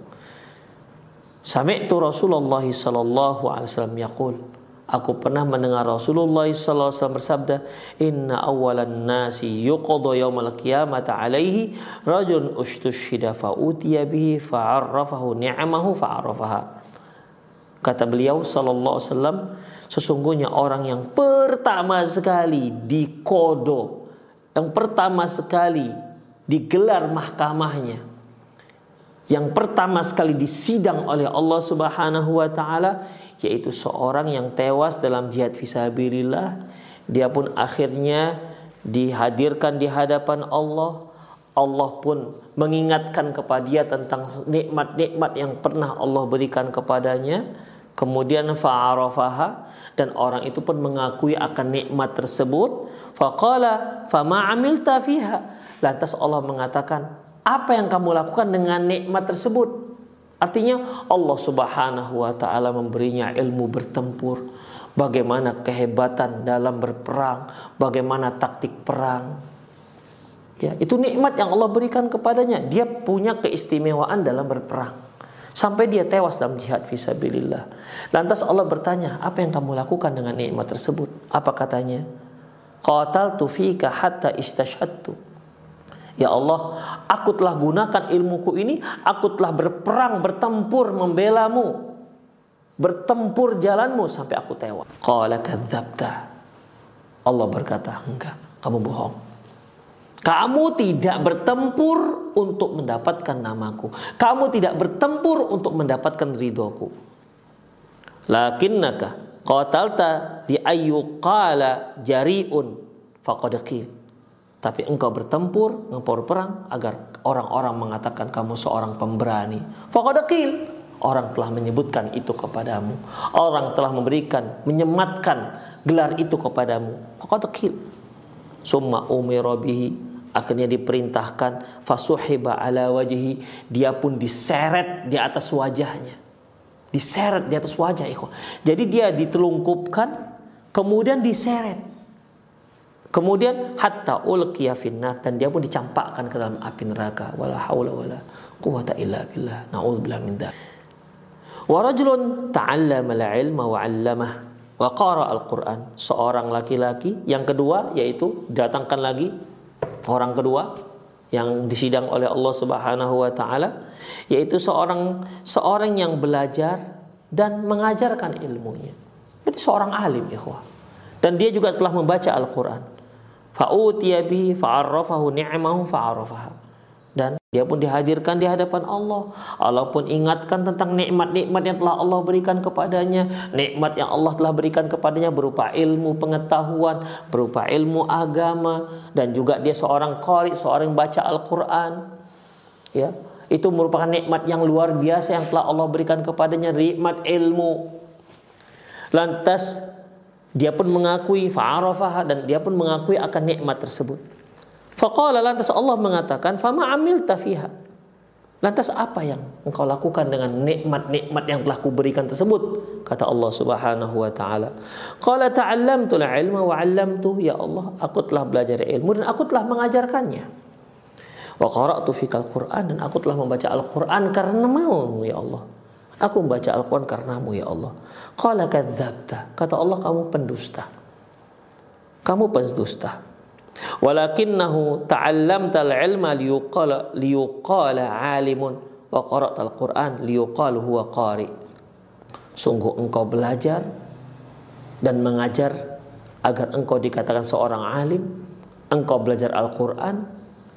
Sami'tu Rasulullah sallallahu alaihi wasallam yaqul. Aku pernah mendengar Rasulullah sallallahu alaihi wasallam bersabda, inna awwalan nasi yuqadu yaumal qiyamati alaihi rajulun ustushhida fa utiya bihi fa'arrafahu ni'amahu fa'arafaha. Kata beliau sallallahu alaihi wasallam, sesungguhnya orang yang pertama sekali dikodo, yang pertama sekali digelar mahkamahnya, yang pertama sekali disidang oleh Allah Subhanahu wa taala, yaitu seorang yang tewas dalam jihad fisabilillah. Dia pun akhirnya dihadirkan di hadapan Allah. Allah pun mengingatkan kepada dia tentang nikmat-nikmat yang pernah Allah berikan kepadanya. Kemudian fa'arafaha, dan orang itu pun mengakui akan nikmat tersebut. Faqala fama amilta fiha. Lantas Allah mengatakan, apa yang kamu lakukan dengan nikmat tersebut? Artinya Allah Subhanahu wa taala memberinya ilmu bertempur, bagaimana kehebatan dalam berperang, bagaimana taktik perang. Ya, itu nikmat yang Allah berikan kepadanya. Dia punya keistimewaan dalam berperang sampai dia tewas dalam jihad fisabilillah. Lantas Allah bertanya, apa yang kamu lakukan dengan nikmat tersebut? Apa katanya? Qataltu fika hatta istashhadtu. Ya Allah, aku telah gunakan ilmuku ini, aku telah berperang, bertempur, membelamu, bertempur jalanmu sampai aku tewas. Qala kadzabta. Allah berkata, enggak, kamu bohong. Kamu tidak bertempur untuk mendapatkan namaku. Kamu tidak bertempur untuk mendapatkan ridhoku. Lakinnaka qatalta di ayyuqala jari'un faqad qil. Tapi engkau bertempur, engkau berperang agar orang-orang mengatakan kamu seorang pemberani. Faqad qil, orang telah menyebutkan itu kepadamu. Orang telah memberikan, menyematkan gelar itu kepadamu. Faqad qil. Summa umira bihi, akhirnya diperintahkan, fasuhiba ala wajhi, dia pun diseret di atas wajahnya. Diseret di atas wajah, ikhwan. Jadi dia ditelungkupkan, kemudian diseret. Kemudian hatta ulqiya finnar, dan dia pun dicampakkan ke dalam api neraka. Wala haula wala quwwata illa billah. Na'udzubillah min dzalik. Wa rajulun ta'allama al-ilma wa 'allamah wa qara al-Qur'an. Seorang laki-laki yang kedua, yaitu datangkan lagi orang kedua yang disidang oleh Allah Subhanahu wa taala, yaitu seorang seorang yang belajar dan mengajarkan ilmunya. Jadi seorang alim, ikhwah. Dan dia juga telah membaca Al-Qur'an. Fa'utiya bihi fa'arrafahu ni'amahu fa'arafaha. Dan dia pun dihadirkan di hadapan Allah. Allah pun ingatkan tentang nikmat-nikmat yang telah Allah berikan kepadanya. Nikmat yang Allah telah berikan kepadanya berupa ilmu pengetahuan, berupa ilmu agama, dan juga dia seorang qari, seorang yang baca Al-Qur'an. Ya, itu merupakan nikmat yang luar biasa yang telah Allah berikan kepadanya, nikmat ilmu. Lantas dia pun mengakui fa'arafaha, dan dia pun mengakui akan nikmat tersebut. Faqala, lantas Allah mengatakan, fama amilta fiha. Lantas apa yang engkau lakukan dengan nikmat-nikmat yang telah kuberikan tersebut? Kata Allah Subhanahu wa taala. Qala ta'allamtu al-ilma wa 'allamtu. Ya Allah, aku telah belajar ilmu dan aku telah mengajarkannya. Wa qara'tu fikal Qur'an, dan aku telah membaca Al-Qur'an karenamu ya Allah. Aku membaca Al-Quran karenamu ya Allah. Qala kadzabta. Kata Allah, kamu pendusta. Kamu pendusta. Walakinnahu ta'allamta al-ilma liyuqala liyuqala 'alimun wa qara'ta al-Qur'an liyuqal huwa qari. Sungguh engkau belajar dan mengajar agar engkau dikatakan seorang alim. Engkau belajar Al-Quran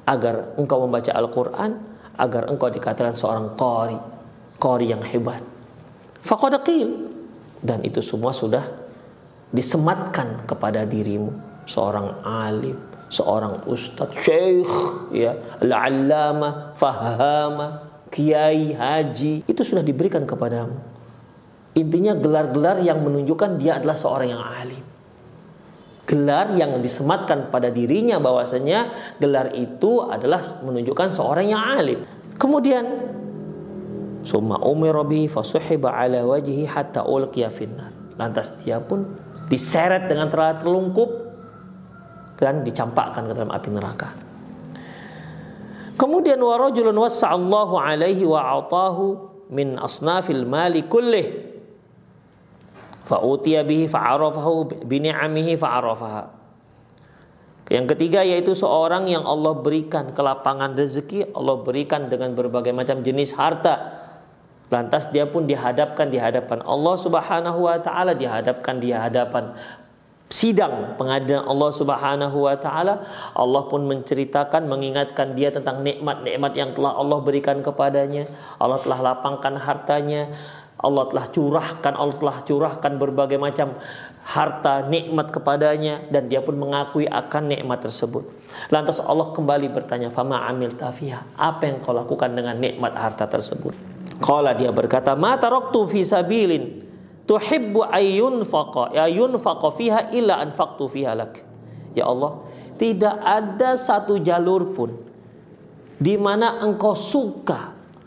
agar engkau membaca Al-Quran, agar engkau dikatakan seorang qari, qari yang hebat. Faqad qil, dan itu semua sudah disematkan kepada dirimu, seorang alim, seorang ustadz, syekh, ya, al-allama, fahama, kiai, haji, itu sudah diberikan kepadamu. Intinya gelar-gelar yang menunjukkan dia adalah seorang yang alim. Gelar yang disematkan pada dirinya bahwasanya gelar itu adalah menunjukkan seorang yang alim. Kemudian summa umira bihi fasuhiba ala wajhi hatta ulqiya finnar. Lantas dia pun diseret dengan terlungkup dan dicampakkan ke dalam api neraka. Kemudian wa rajulun wassa'allahu alaihi wa atahu min asnafil mali kullih fa'utiya bihi fa'arafahu bi ni'amihi fa'arafaha. Yang ketiga yaitu seorang yang Allah berikan kelapangan rezeki, Allah berikan dengan berbagai macam jenis harta. Lantas dia pun dihadapkan di hadapan Allah Subhanahu wa taala, dihadapkan di hadapan sidang pengadilan Allah Subhanahu wa taala. Allah pun menceritakan, mengingatkan dia tentang nikmat-nikmat yang telah Allah berikan kepadanya. Allah telah lapangkan hartanya, Allah telah curahkan, Allah telah curahkan berbagai macam harta nikmat kepadanya, dan dia pun mengakui akan nikmat tersebut. Lantas Allah kembali bertanya, "Fama amilta fiha?" Apa yang kau lakukan dengan nikmat harta tersebut? Qala, dia berkata, "Ma taraktu fi sabilin tuhibbu ayyunfaqa ayyunfaqa fiha illa anfaqtu fiha lak." Ya Allah, tidak ada satu jalur pun di mana engkau suka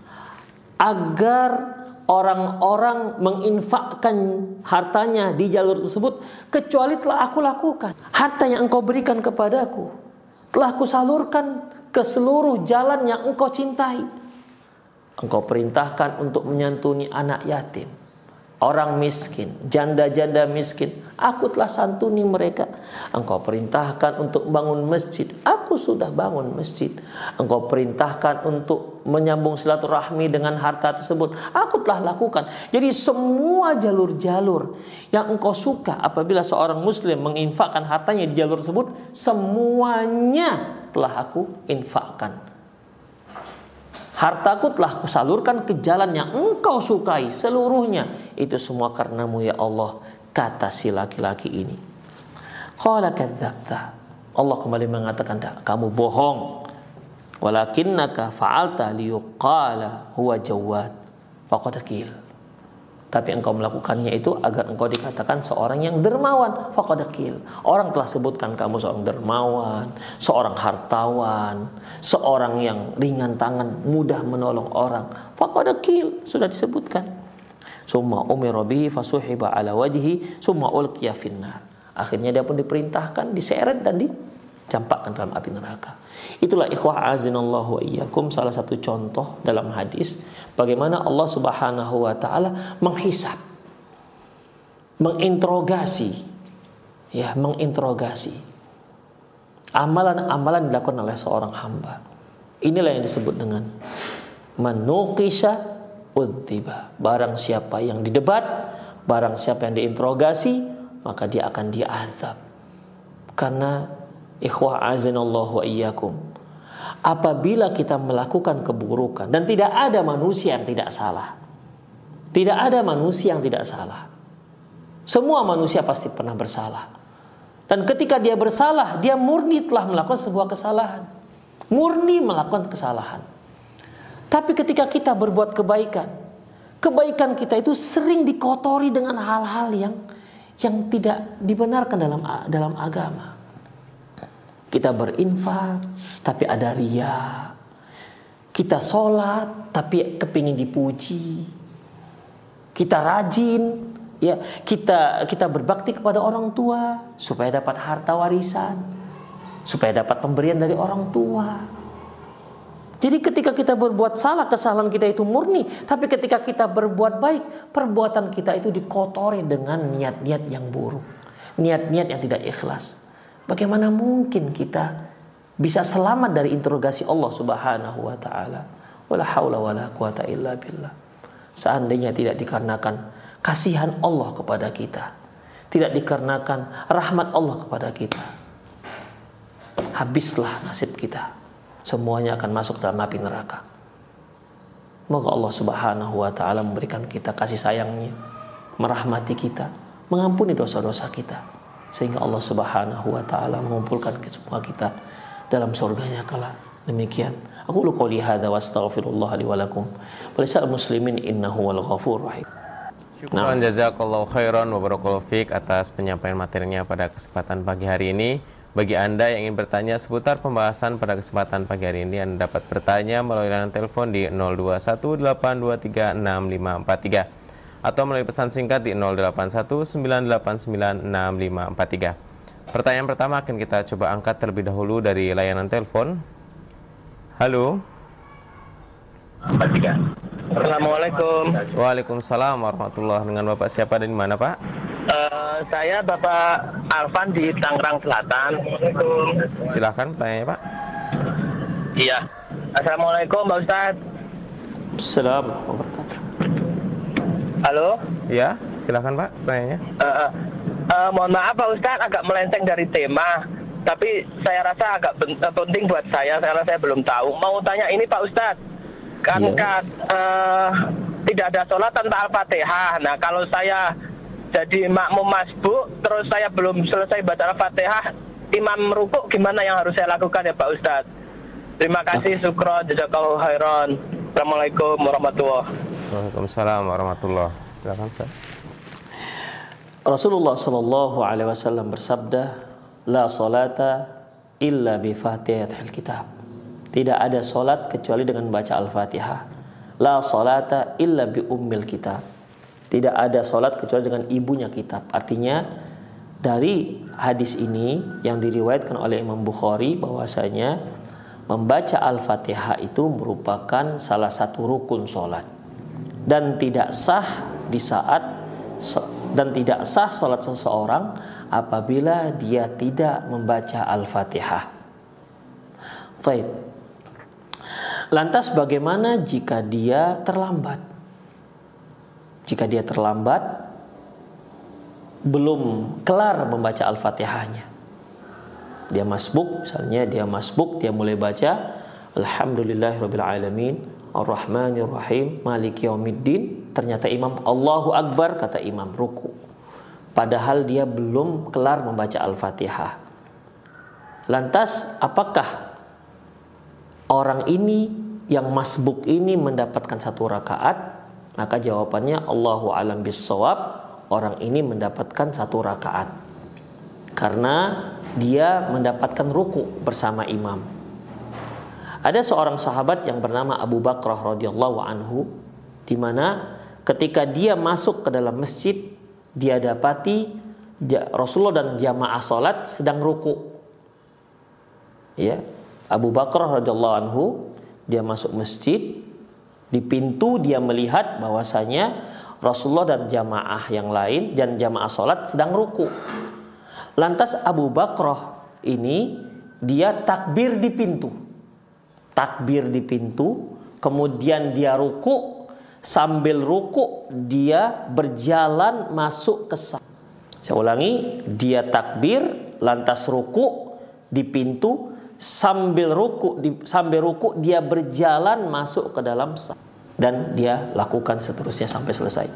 agar orang-orang menginfakkan hartanya di jalur tersebut, kecuali telah aku lakukan. Harta yang engkau berikan kepadaku telah aku salurkan ke seluruh jalan yang engkau cintai. Engkau perintahkan untuk menyantuni anak yatim, orang miskin, janda-janda miskin, aku telah santuni mereka. Engkau perintahkan untuk bangun masjid, aku sudah bangun masjid. Engkau perintahkan untuk menyambung silaturahmi dengan harta tersebut, aku telah lakukan. Jadi semua jalur-jalur yang engkau suka apabila seorang muslim menginfakkan hartanya di jalur tersebut, semuanya telah aku infakkan. Hartaku telah kusalurkan ke jalan yang engkau sukai seluruhnya. Itu semua karenamu ya Allah, kata si laki-laki ini. Qala kadzabta. Allah kembali mengatakan, kamu bohong. Walakinnaka fa'alta liyuqala huwa jawad faqad qil. Tapi engkau melakukannya itu agar engkau dikatakan seorang yang dermawan, faqad qil. Orang telah sebutkan kamu seorang dermawan, seorang hartawan, seorang yang ringan tangan, mudah menolong orang. Faqad qil, sudah disebutkan. Summa umira bihi fasuhiba ala wajhi summa ulqiya finnar. Akhirnya dia pun diperintahkan, diseret dan dicampakkan dalam api neraka. Itulah ikhwah azinallahu wa iyyakum salah satu contoh dalam hadis bagaimana Allah Subhanahu wa taala menghisab, menginterogasi, ya, menginterogasi amalan-amalan dilakukan oleh seorang hamba. Inilah yang disebut dengan manuqisha udziba. Barang siapa yang didebat, barang siapa yang diinterogasi, maka dia akan diazab. Karena ikhwah azinallahu wa iyyakum, apabila kita melakukan keburukan, dan tidak ada manusia yang tidak salah, tidak ada manusia yang tidak salah, semua manusia pasti pernah bersalah. Dan ketika dia bersalah, dia murni telah melakukan sebuah kesalahan, murni melakukan kesalahan. Tapi ketika kita berbuat kebaikan, kebaikan kita itu sering dikotori dengan hal-hal yang yang tidak dibenarkan dalam dalam agama. Kita berinfak tapi ada riya. Kita sholat tapi kepingin dipuji. Kita rajin, ya, kita kita berbakti kepada orang tua supaya dapat harta warisan, supaya dapat pemberian dari orang tua. Jadi ketika kita berbuat salah, kesalahan kita itu murni. Tapi ketika kita berbuat baik, perbuatan kita itu dikotori dengan niat-niat yang buruk, niat-niat yang tidak ikhlas. Bagaimana mungkin kita bisa selamat dari interogasi Allah Subhanahu wa taala? Wala haula wala quwata illa billah. Seandainya tidak dikarenakan kasihan Allah kepada kita, tidak dikarenakan rahmat Allah kepada kita, habislah nasib kita. semuanya akan masuk dalam api neraka. Moga Allah Subhanahu wa taala memberikan kita kasih sayangnya, merahmati kita, mengampuni dosa-dosa kita, sehingga Allah Subhanahu wa taala mengumpulkan semua kita dalam surganya kala. Demikian aku lu qouli hadza wa astaghfirullah li wa lakum wa lisal muslimin innahu wal ghafurur rahim. Syukran jazakallahu khairan wa barakallahu fiik atas penyampaian materinya pada kesempatan pagi hari ini. Bagi Anda yang ingin bertanya seputar pembahasan pada kesempatan pagi hari ini, Anda dapat bertanya melalui layanan telepon di nol dua satu delapan dua tiga enam lima empat tiga atau melalui pesan singkat di nol delapan satu sembilan delapan sembilan enam lima empat tiga. Pertanyaan pertama akan kita coba angkat terlebih dahulu dari layanan telepon. Halo. Assalamualaikum. Waalaikumsalam warahmatullahi wabarakatuh. Dengan Bapak siapa dan di mana, Pak? Uh, saya Bapak Alvan di Tangerang Selatan. Silahkan pertanyaannya, Pak. Iya. Assalamualaikum, Pak Ustadz. Assalamualaikum warahmatullahi wabarakatuh. Halo. Iya, silahkan Pak pertanyaannya. Uh, uh, uh, mohon maaf Pak Ustadz, agak melenceng dari tema, tapi saya rasa agak penting buat saya. Karena saya belum tahu. Mau tanya ini Pak Ustadz, kan ya. kan uh, tidak ada sholat tanpa Al-Fatihah. Nah kalau saya jadi makmum masbuk, terus saya belum selesai baca Al-Fatihah, imam rukuk, gimana yang harus saya lakukan ya Pak Ustadz? Terima kasih, syukron, jazakallahu khairan. Assalamualaikum warahmatullahi wabarakatuh. Waalaikumsalam warahmatullahi wabarakatuh. Silakan Ustaz. Rasulullah sallallahu alaihi wasallam bersabda, la salata illa bi fatihatil kitab. Tidak ada salat kecuali dengan baca Al-Fatihah. La salata illa bi ummil kitab. Tidak ada salat kecuali dengan ibunya kitab. Artinya dari hadis ini yang diriwayatkan oleh Imam Bukhari bahwasanya membaca Al-Fatihah itu merupakan salah satu rukun salat dan tidak sah di saat dan tidak sah salat seseorang apabila dia tidak membaca Al-Fatihah. Baik. Lantas bagaimana jika dia terlambat? Jika dia terlambat, belum kelar membaca Al-Fatihahnya, dia masbuk, misalnya dia masbuk, dia mulai baca Alhamdulillahirabbil alamin Ar-Rahmanir Rahim Maliki Yaumiddin, ternyata imam Allahu Akbar, kata imam ruku, padahal dia belum kelar membaca Al-Fatihah. Lantas apakah orang ini yang masbuk ini mendapatkan satu rakaat? Maka jawabannya Allahu a'lam bissawab, orang ini mendapatkan satu rakaat karena dia mendapatkan ruku bersama imam. Ada seorang sahabat yang bernama Abu Bakrah radhiyallahu anhu, di mana ketika dia masuk ke dalam masjid, dia dapati Rasulullah dan jamaah salat sedang ruku. Ya, Abu Bakrah radhiyallahu anhu, dia masuk masjid, di pintu dia melihat bahwasanya Rasulullah dan jamaah yang lain dan jamaah salat sedang ruku. Lantas Abu Bakrah ini dia takbir di pintu. Takbir di pintu, kemudian dia ruku, sambil ruku dia berjalan masuk ke saf. Saya ulangi, dia takbir, lantas ruku di pintu, sambil ruku di, sambil ruku dia berjalan masuk ke dalam saf dan dia lakukan seterusnya sampai selesai.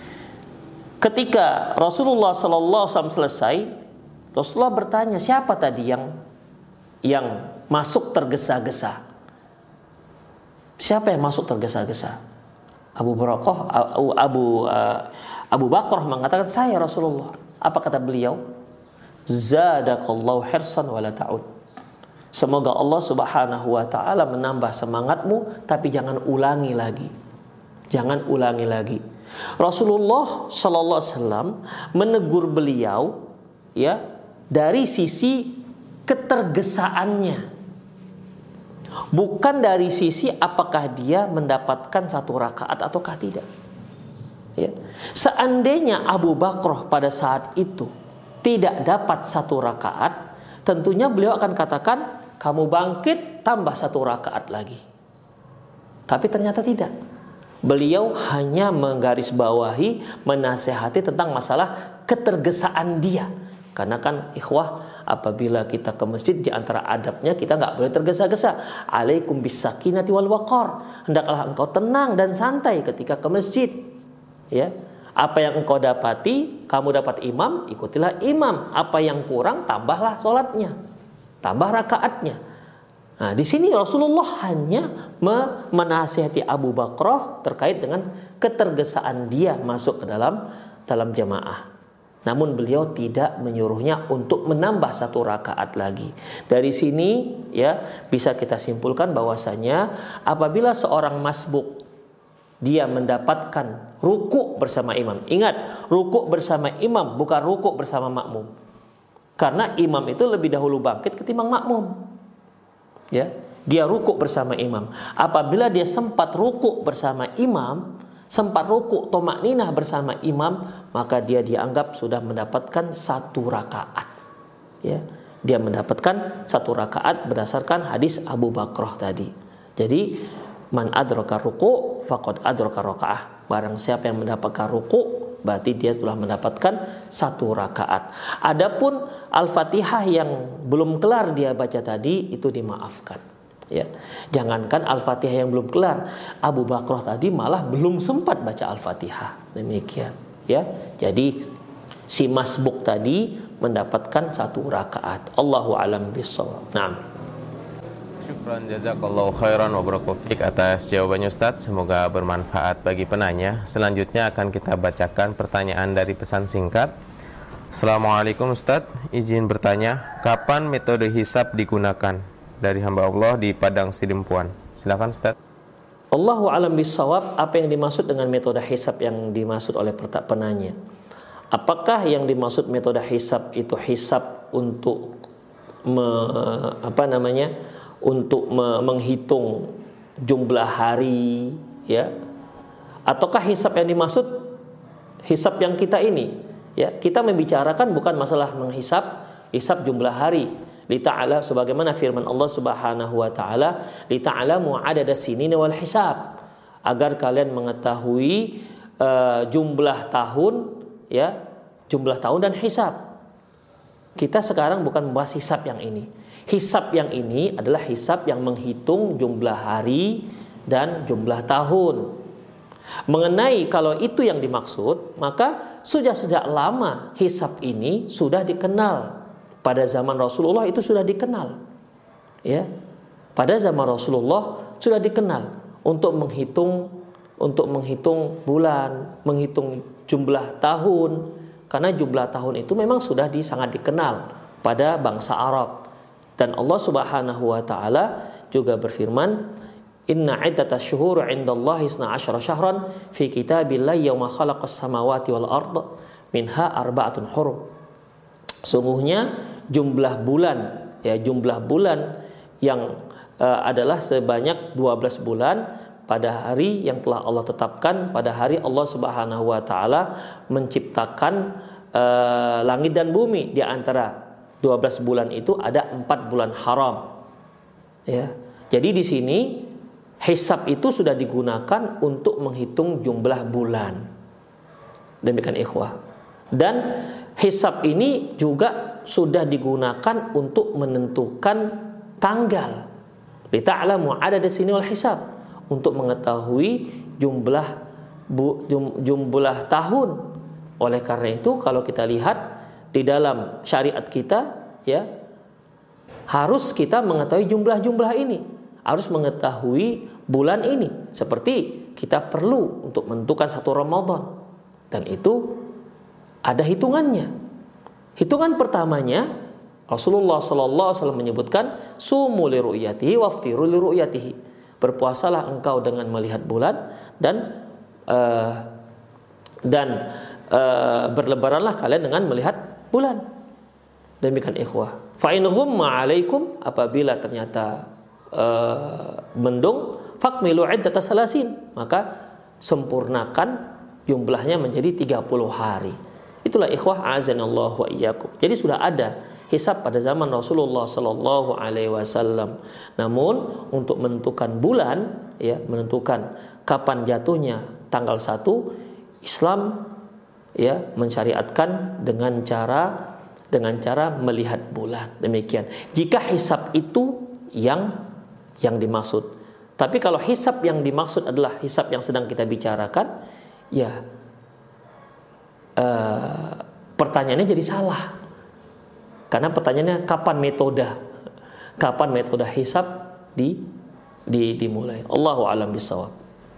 Ketika Rasulullah sallallahu alaihi wasallam selesai, Rasulullah bertanya, siapa tadi yang yang masuk tergesa-gesa? Siapa yang masuk tergesa-gesa? Abu Bakrah Abu Abu, uh, Abu Bakrah mengatakan, saya Rasulullah. Apa kata beliau? Zadakallahu hirsan wala ta'ud. Semoga Allah Subhanahu wa taala menambah semangatmu, tapi jangan ulangi lagi. Jangan ulangi lagi. Rasulullah sallallahu alaihi wasallam menegur beliau ya dari sisi ketergesaannya. Bukan dari sisi apakah dia mendapatkan satu rakaat ataukah tidak. Ya. Seandainya Abu Bakrah pada saat itu tidak dapat satu rakaat, tentunya beliau akan katakan, kamu bangkit tambah satu rakaat lagi. Tapi ternyata tidak. Beliau hanya menggarisbawahi, menasehati tentang masalah ketergesaan dia. Karena kan ikhwah, apabila kita ke masjid, di antara adabnya kita nggak boleh tergesa-gesa. Alaikum bisakinati wal waqar. Hendaklah engkau tenang dan santai ketika ke masjid. Ya. Apa yang engkau dapati, kamu dapat imam, ikutilah imam. Apa yang kurang, tambahlah sholatnya, tambah rakaatnya. Nah, di sini Rasulullah hanya menasihati Abu Bakrah terkait dengan ketergesaan dia masuk ke dalam dalam jamaah. Namun beliau tidak menyuruhnya untuk menambah satu rakaat lagi. Dari sini ya bisa kita simpulkan bahwasanya apabila seorang masbuk dia mendapatkan ruku bersama imam. Ingat, ruku bersama imam bukan ruku bersama makmum. Karena imam itu lebih dahulu bangkit ketimbang makmum. Ya, dia ruku bersama imam. Apabila dia sempat ruku bersama imam, sempat ruku tomakninah bersama imam, maka dia dianggap sudah mendapatkan satu rakaat. Ya, dia mendapatkan satu rakaat berdasarkan hadis Abu Bakrah tadi. Jadi man adraka ruku faqad adraka rakaah. Barang siapa yang mendapatkan ruku, berarti dia telah mendapatkan satu rakaat. Adapun Al-Fatihah yang belum kelar dia baca tadi itu dimaafkan. Ya, jangankan Al-Fatihah yang belum kelar, Abu Bakrah tadi malah belum sempat baca Al-Fatihah. Demikian. Ya, jadi si masbuk tadi mendapatkan satu rakaat. Allahu a'lam bishawab. Naam. Syukran jazakallahu khairan wa barakallahu fiik atas jawabannya Ustaz. Semoga bermanfaat bagi penanya. Selanjutnya akan kita bacakan pertanyaan dari pesan singkat. Assalamualaikum Ustaz, izin bertanya, kapan metode hisab digunakan? Dari hamba Allah di Padang Sidempuan. Silakan Ustaz. Allahu a'lam bishawab. Apa yang dimaksud dengan metode hisab yang dimaksud oleh penanya? Apakah yang dimaksud metode hisab itu hisab untuk me, apa namanya? untuk me- menghitung jumlah hari, ya, ataukah hisab yang dimaksud hisab yang kita ini, ya, kita membicarakan bukan masalah menghisab hisab jumlah hari. Li ta'ala, sebagaimana firman Allah Subhanahu wa taala, li ta'lamu adada sinina wal hisab, agar kalian mengetahui uh, jumlah tahun, ya, jumlah tahun dan hisab. Kita sekarang bukan membahas hisab yang ini. Hisab yang ini adalah hisab yang menghitung jumlah hari dan jumlah tahun. Mengenai kalau itu yang dimaksud, maka sudah sejak lama hisab ini sudah dikenal. Pada zaman Rasulullah itu sudah dikenal. Ya. Pada zaman Rasulullah sudah dikenal untuk menghitung untuk menghitung bulan, menghitung jumlah tahun. Karena jumlah tahun itu memang sudah di, sangat dikenal pada bangsa Arab. Dan Allah Subhanahu wa taala juga berfirman, inna iddatash syuhur 'indallahi isna asyara syahran fi kitabillahi yauma khalaqas samawati wal ardh minha arba'atun hurum. Sungguhnya jumlah bulan, ya, jumlah bulan yang uh, adalah sebanyak dua belas bulan pada hari yang telah Allah tetapkan, pada hari Allah Subhanahu wa taala menciptakan uh, langit dan bumi. Di antara dua belas bulan itu ada empat bulan haram. Ya. Jadi di sini hisab itu sudah digunakan untuk menghitung jumlah bulan. Demikian ikhwah. Dan hisab ini juga sudah digunakan untuk menentukan tanggal. Li ta'lamu adada sini wal hisab, untuk mengetahui jumlah bu, jum, jumlah tahun. Oleh karena itu kalau kita lihat di dalam syariat kita, ya, harus kita mengetahui jumlah-jumlah ini, harus mengetahui bulan ini. Seperti kita perlu untuk menentukan satu Ramadan, dan itu ada hitungannya. Hitungan pertamanya Rasulullah sallallahu alaihi wasallam menyebutkan sumu li ru'yatihi waftiru li ru'yatihi. Berpuasalah engkau dengan melihat bulan dan uh, dan uh, berlebaranlah kalian dengan melihat bulan. Demikian ikhwah. Fa in ghumma 'alaikum, apabila ternyata uh, mendung, fakmilu iddatas salasin, maka sempurnakan jumlahnya menjadi tiga puluh hari. Itulah ikhwah azanallahu wa iyyakum. Jadi sudah ada hisab pada zaman Rasulullah sallallahu alaihi wasallam. Namun untuk menentukan bulan, ya, menentukan kapan jatuhnya tanggal satu, Islam, ya, mensyariatkan dengan cara dengan cara melihat bulan. Demikian. Jika hisab itu yang yang dimaksud. Tapi kalau hisab yang dimaksud adalah hisab yang sedang kita bicarakan, ya uh, pertanyaannya jadi salah. Karena pertanyaannya kapan metode, kapan metode hisab di, di dimulai. Allahu a'lam bishawab.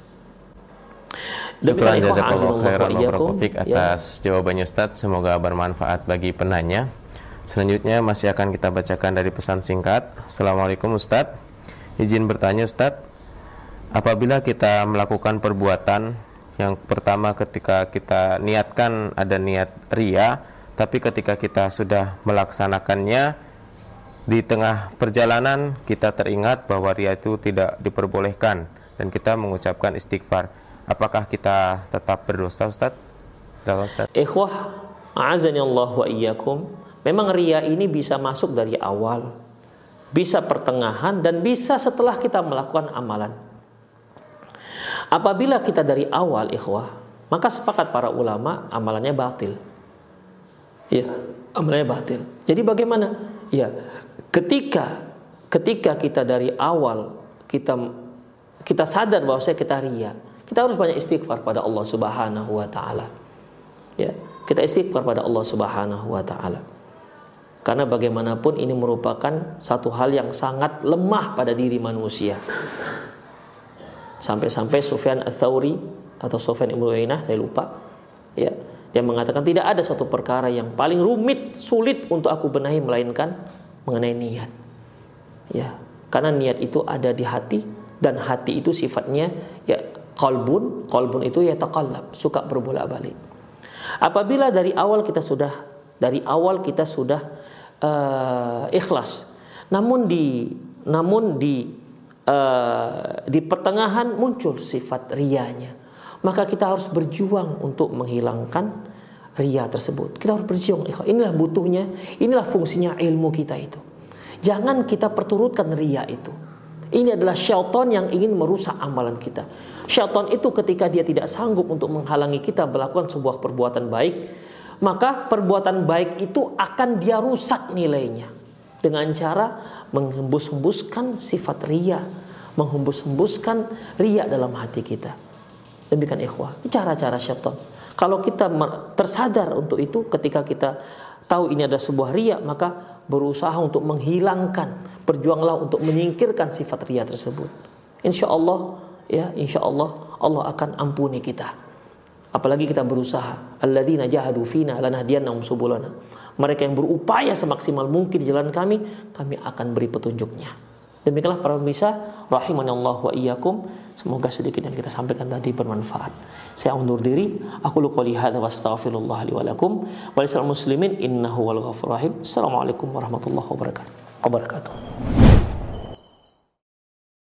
Syukran jazakallahu khairan wa barakallahu fiik atas ya. jawabannya Ustaz, semoga bermanfaat bagi penanya. Selanjutnya masih akan kita bacakan dari pesan singkat. Assalamualaikum Ustaz, izin bertanya Ustaz, apabila kita melakukan perbuatan yang pertama ketika kita niatkan ada niat riya, tapi ketika kita sudah melaksanakannya di tengah perjalanan kita teringat bahwa riya itu tidak diperbolehkan dan kita mengucapkan istighfar, apakah kita tetap berdosa Ustaz? Silakan Ustaz. Ikhwah, a'azani Allah wa iyyakum. Memang riya ini bisa masuk dari awal, bisa pertengahan, dan bisa setelah kita melakukan amalan. Apabila kita dari awal, ikhwah, maka sepakat para ulama amalannya batil. Ya, amalannya batil. Jadi bagaimana? Ya, ketika ketika kita dari awal kita kita sadar bahwa saya kita riya, kita harus banyak istighfar pada Allah Subhanahu wa taala. Ya, kita istighfar pada Allah Subhanahu wa taala. Karena bagaimanapun ini merupakan satu hal yang sangat lemah pada diri manusia. Sampai-sampai Sufyan Ats-Tsauri atau Sufyan Ibnu Uyainah, saya lupa, ya, dia mengatakan tidak ada satu perkara yang paling rumit, sulit untuk aku benahi melainkan mengenai niat. Ya, karena niat itu ada di hati, dan hati itu sifatnya ya qalbun, qalbun itu ya taqallab, suka berbolak-balik. Apabila dari awal kita sudah dari awal kita sudah uh, ikhlas, namun di namun di uh, di pertengahan muncul sifat riyanya, maka kita harus berjuang untuk menghilangkan riya tersebut. Kita harus berjuang. Inilah butuhnya, inilah fungsinya ilmu kita itu. Jangan kita perturutkan riya itu. Ini adalah syaitan yang ingin merusak amalan kita. Syaitan itu ketika dia tidak sanggup untuk menghalangi kita melakukan sebuah perbuatan baik, maka perbuatan baik itu akan dia rusak nilainya dengan cara menghembus-hembuskan sifat riya, menghembus-hembuskan riya dalam hati kita. Demikian ikhwah, cara-cara syaitan. Kalau kita tersadar untuk itu, ketika kita tahu ini ada sebuah riya, maka berusaha untuk menghilangkan, berjuanglah untuk menyingkirkan sifat riya tersebut. Insya Allah, ya, insya Allah Allah akan ampuni kita. Apalagi kita berusaha. Alladzina jahadu fina lanahdiyannahum subulana. Mereka yang berupaya semaksimal mungkin di jalan kami, kami akan beri petunjuknya. Demikianlah para pemirsa, rahimanallah wa iyyakum. Semoga sedikit yang kita sampaikan tadi bermanfaat. Saya undur diri. Aku qouli hadza wa astaghfirullah li wa lakum wa lisal muslimin innahu wal ghafurur rahim. Assalamualaikum warahmatullahi wabarakatuh.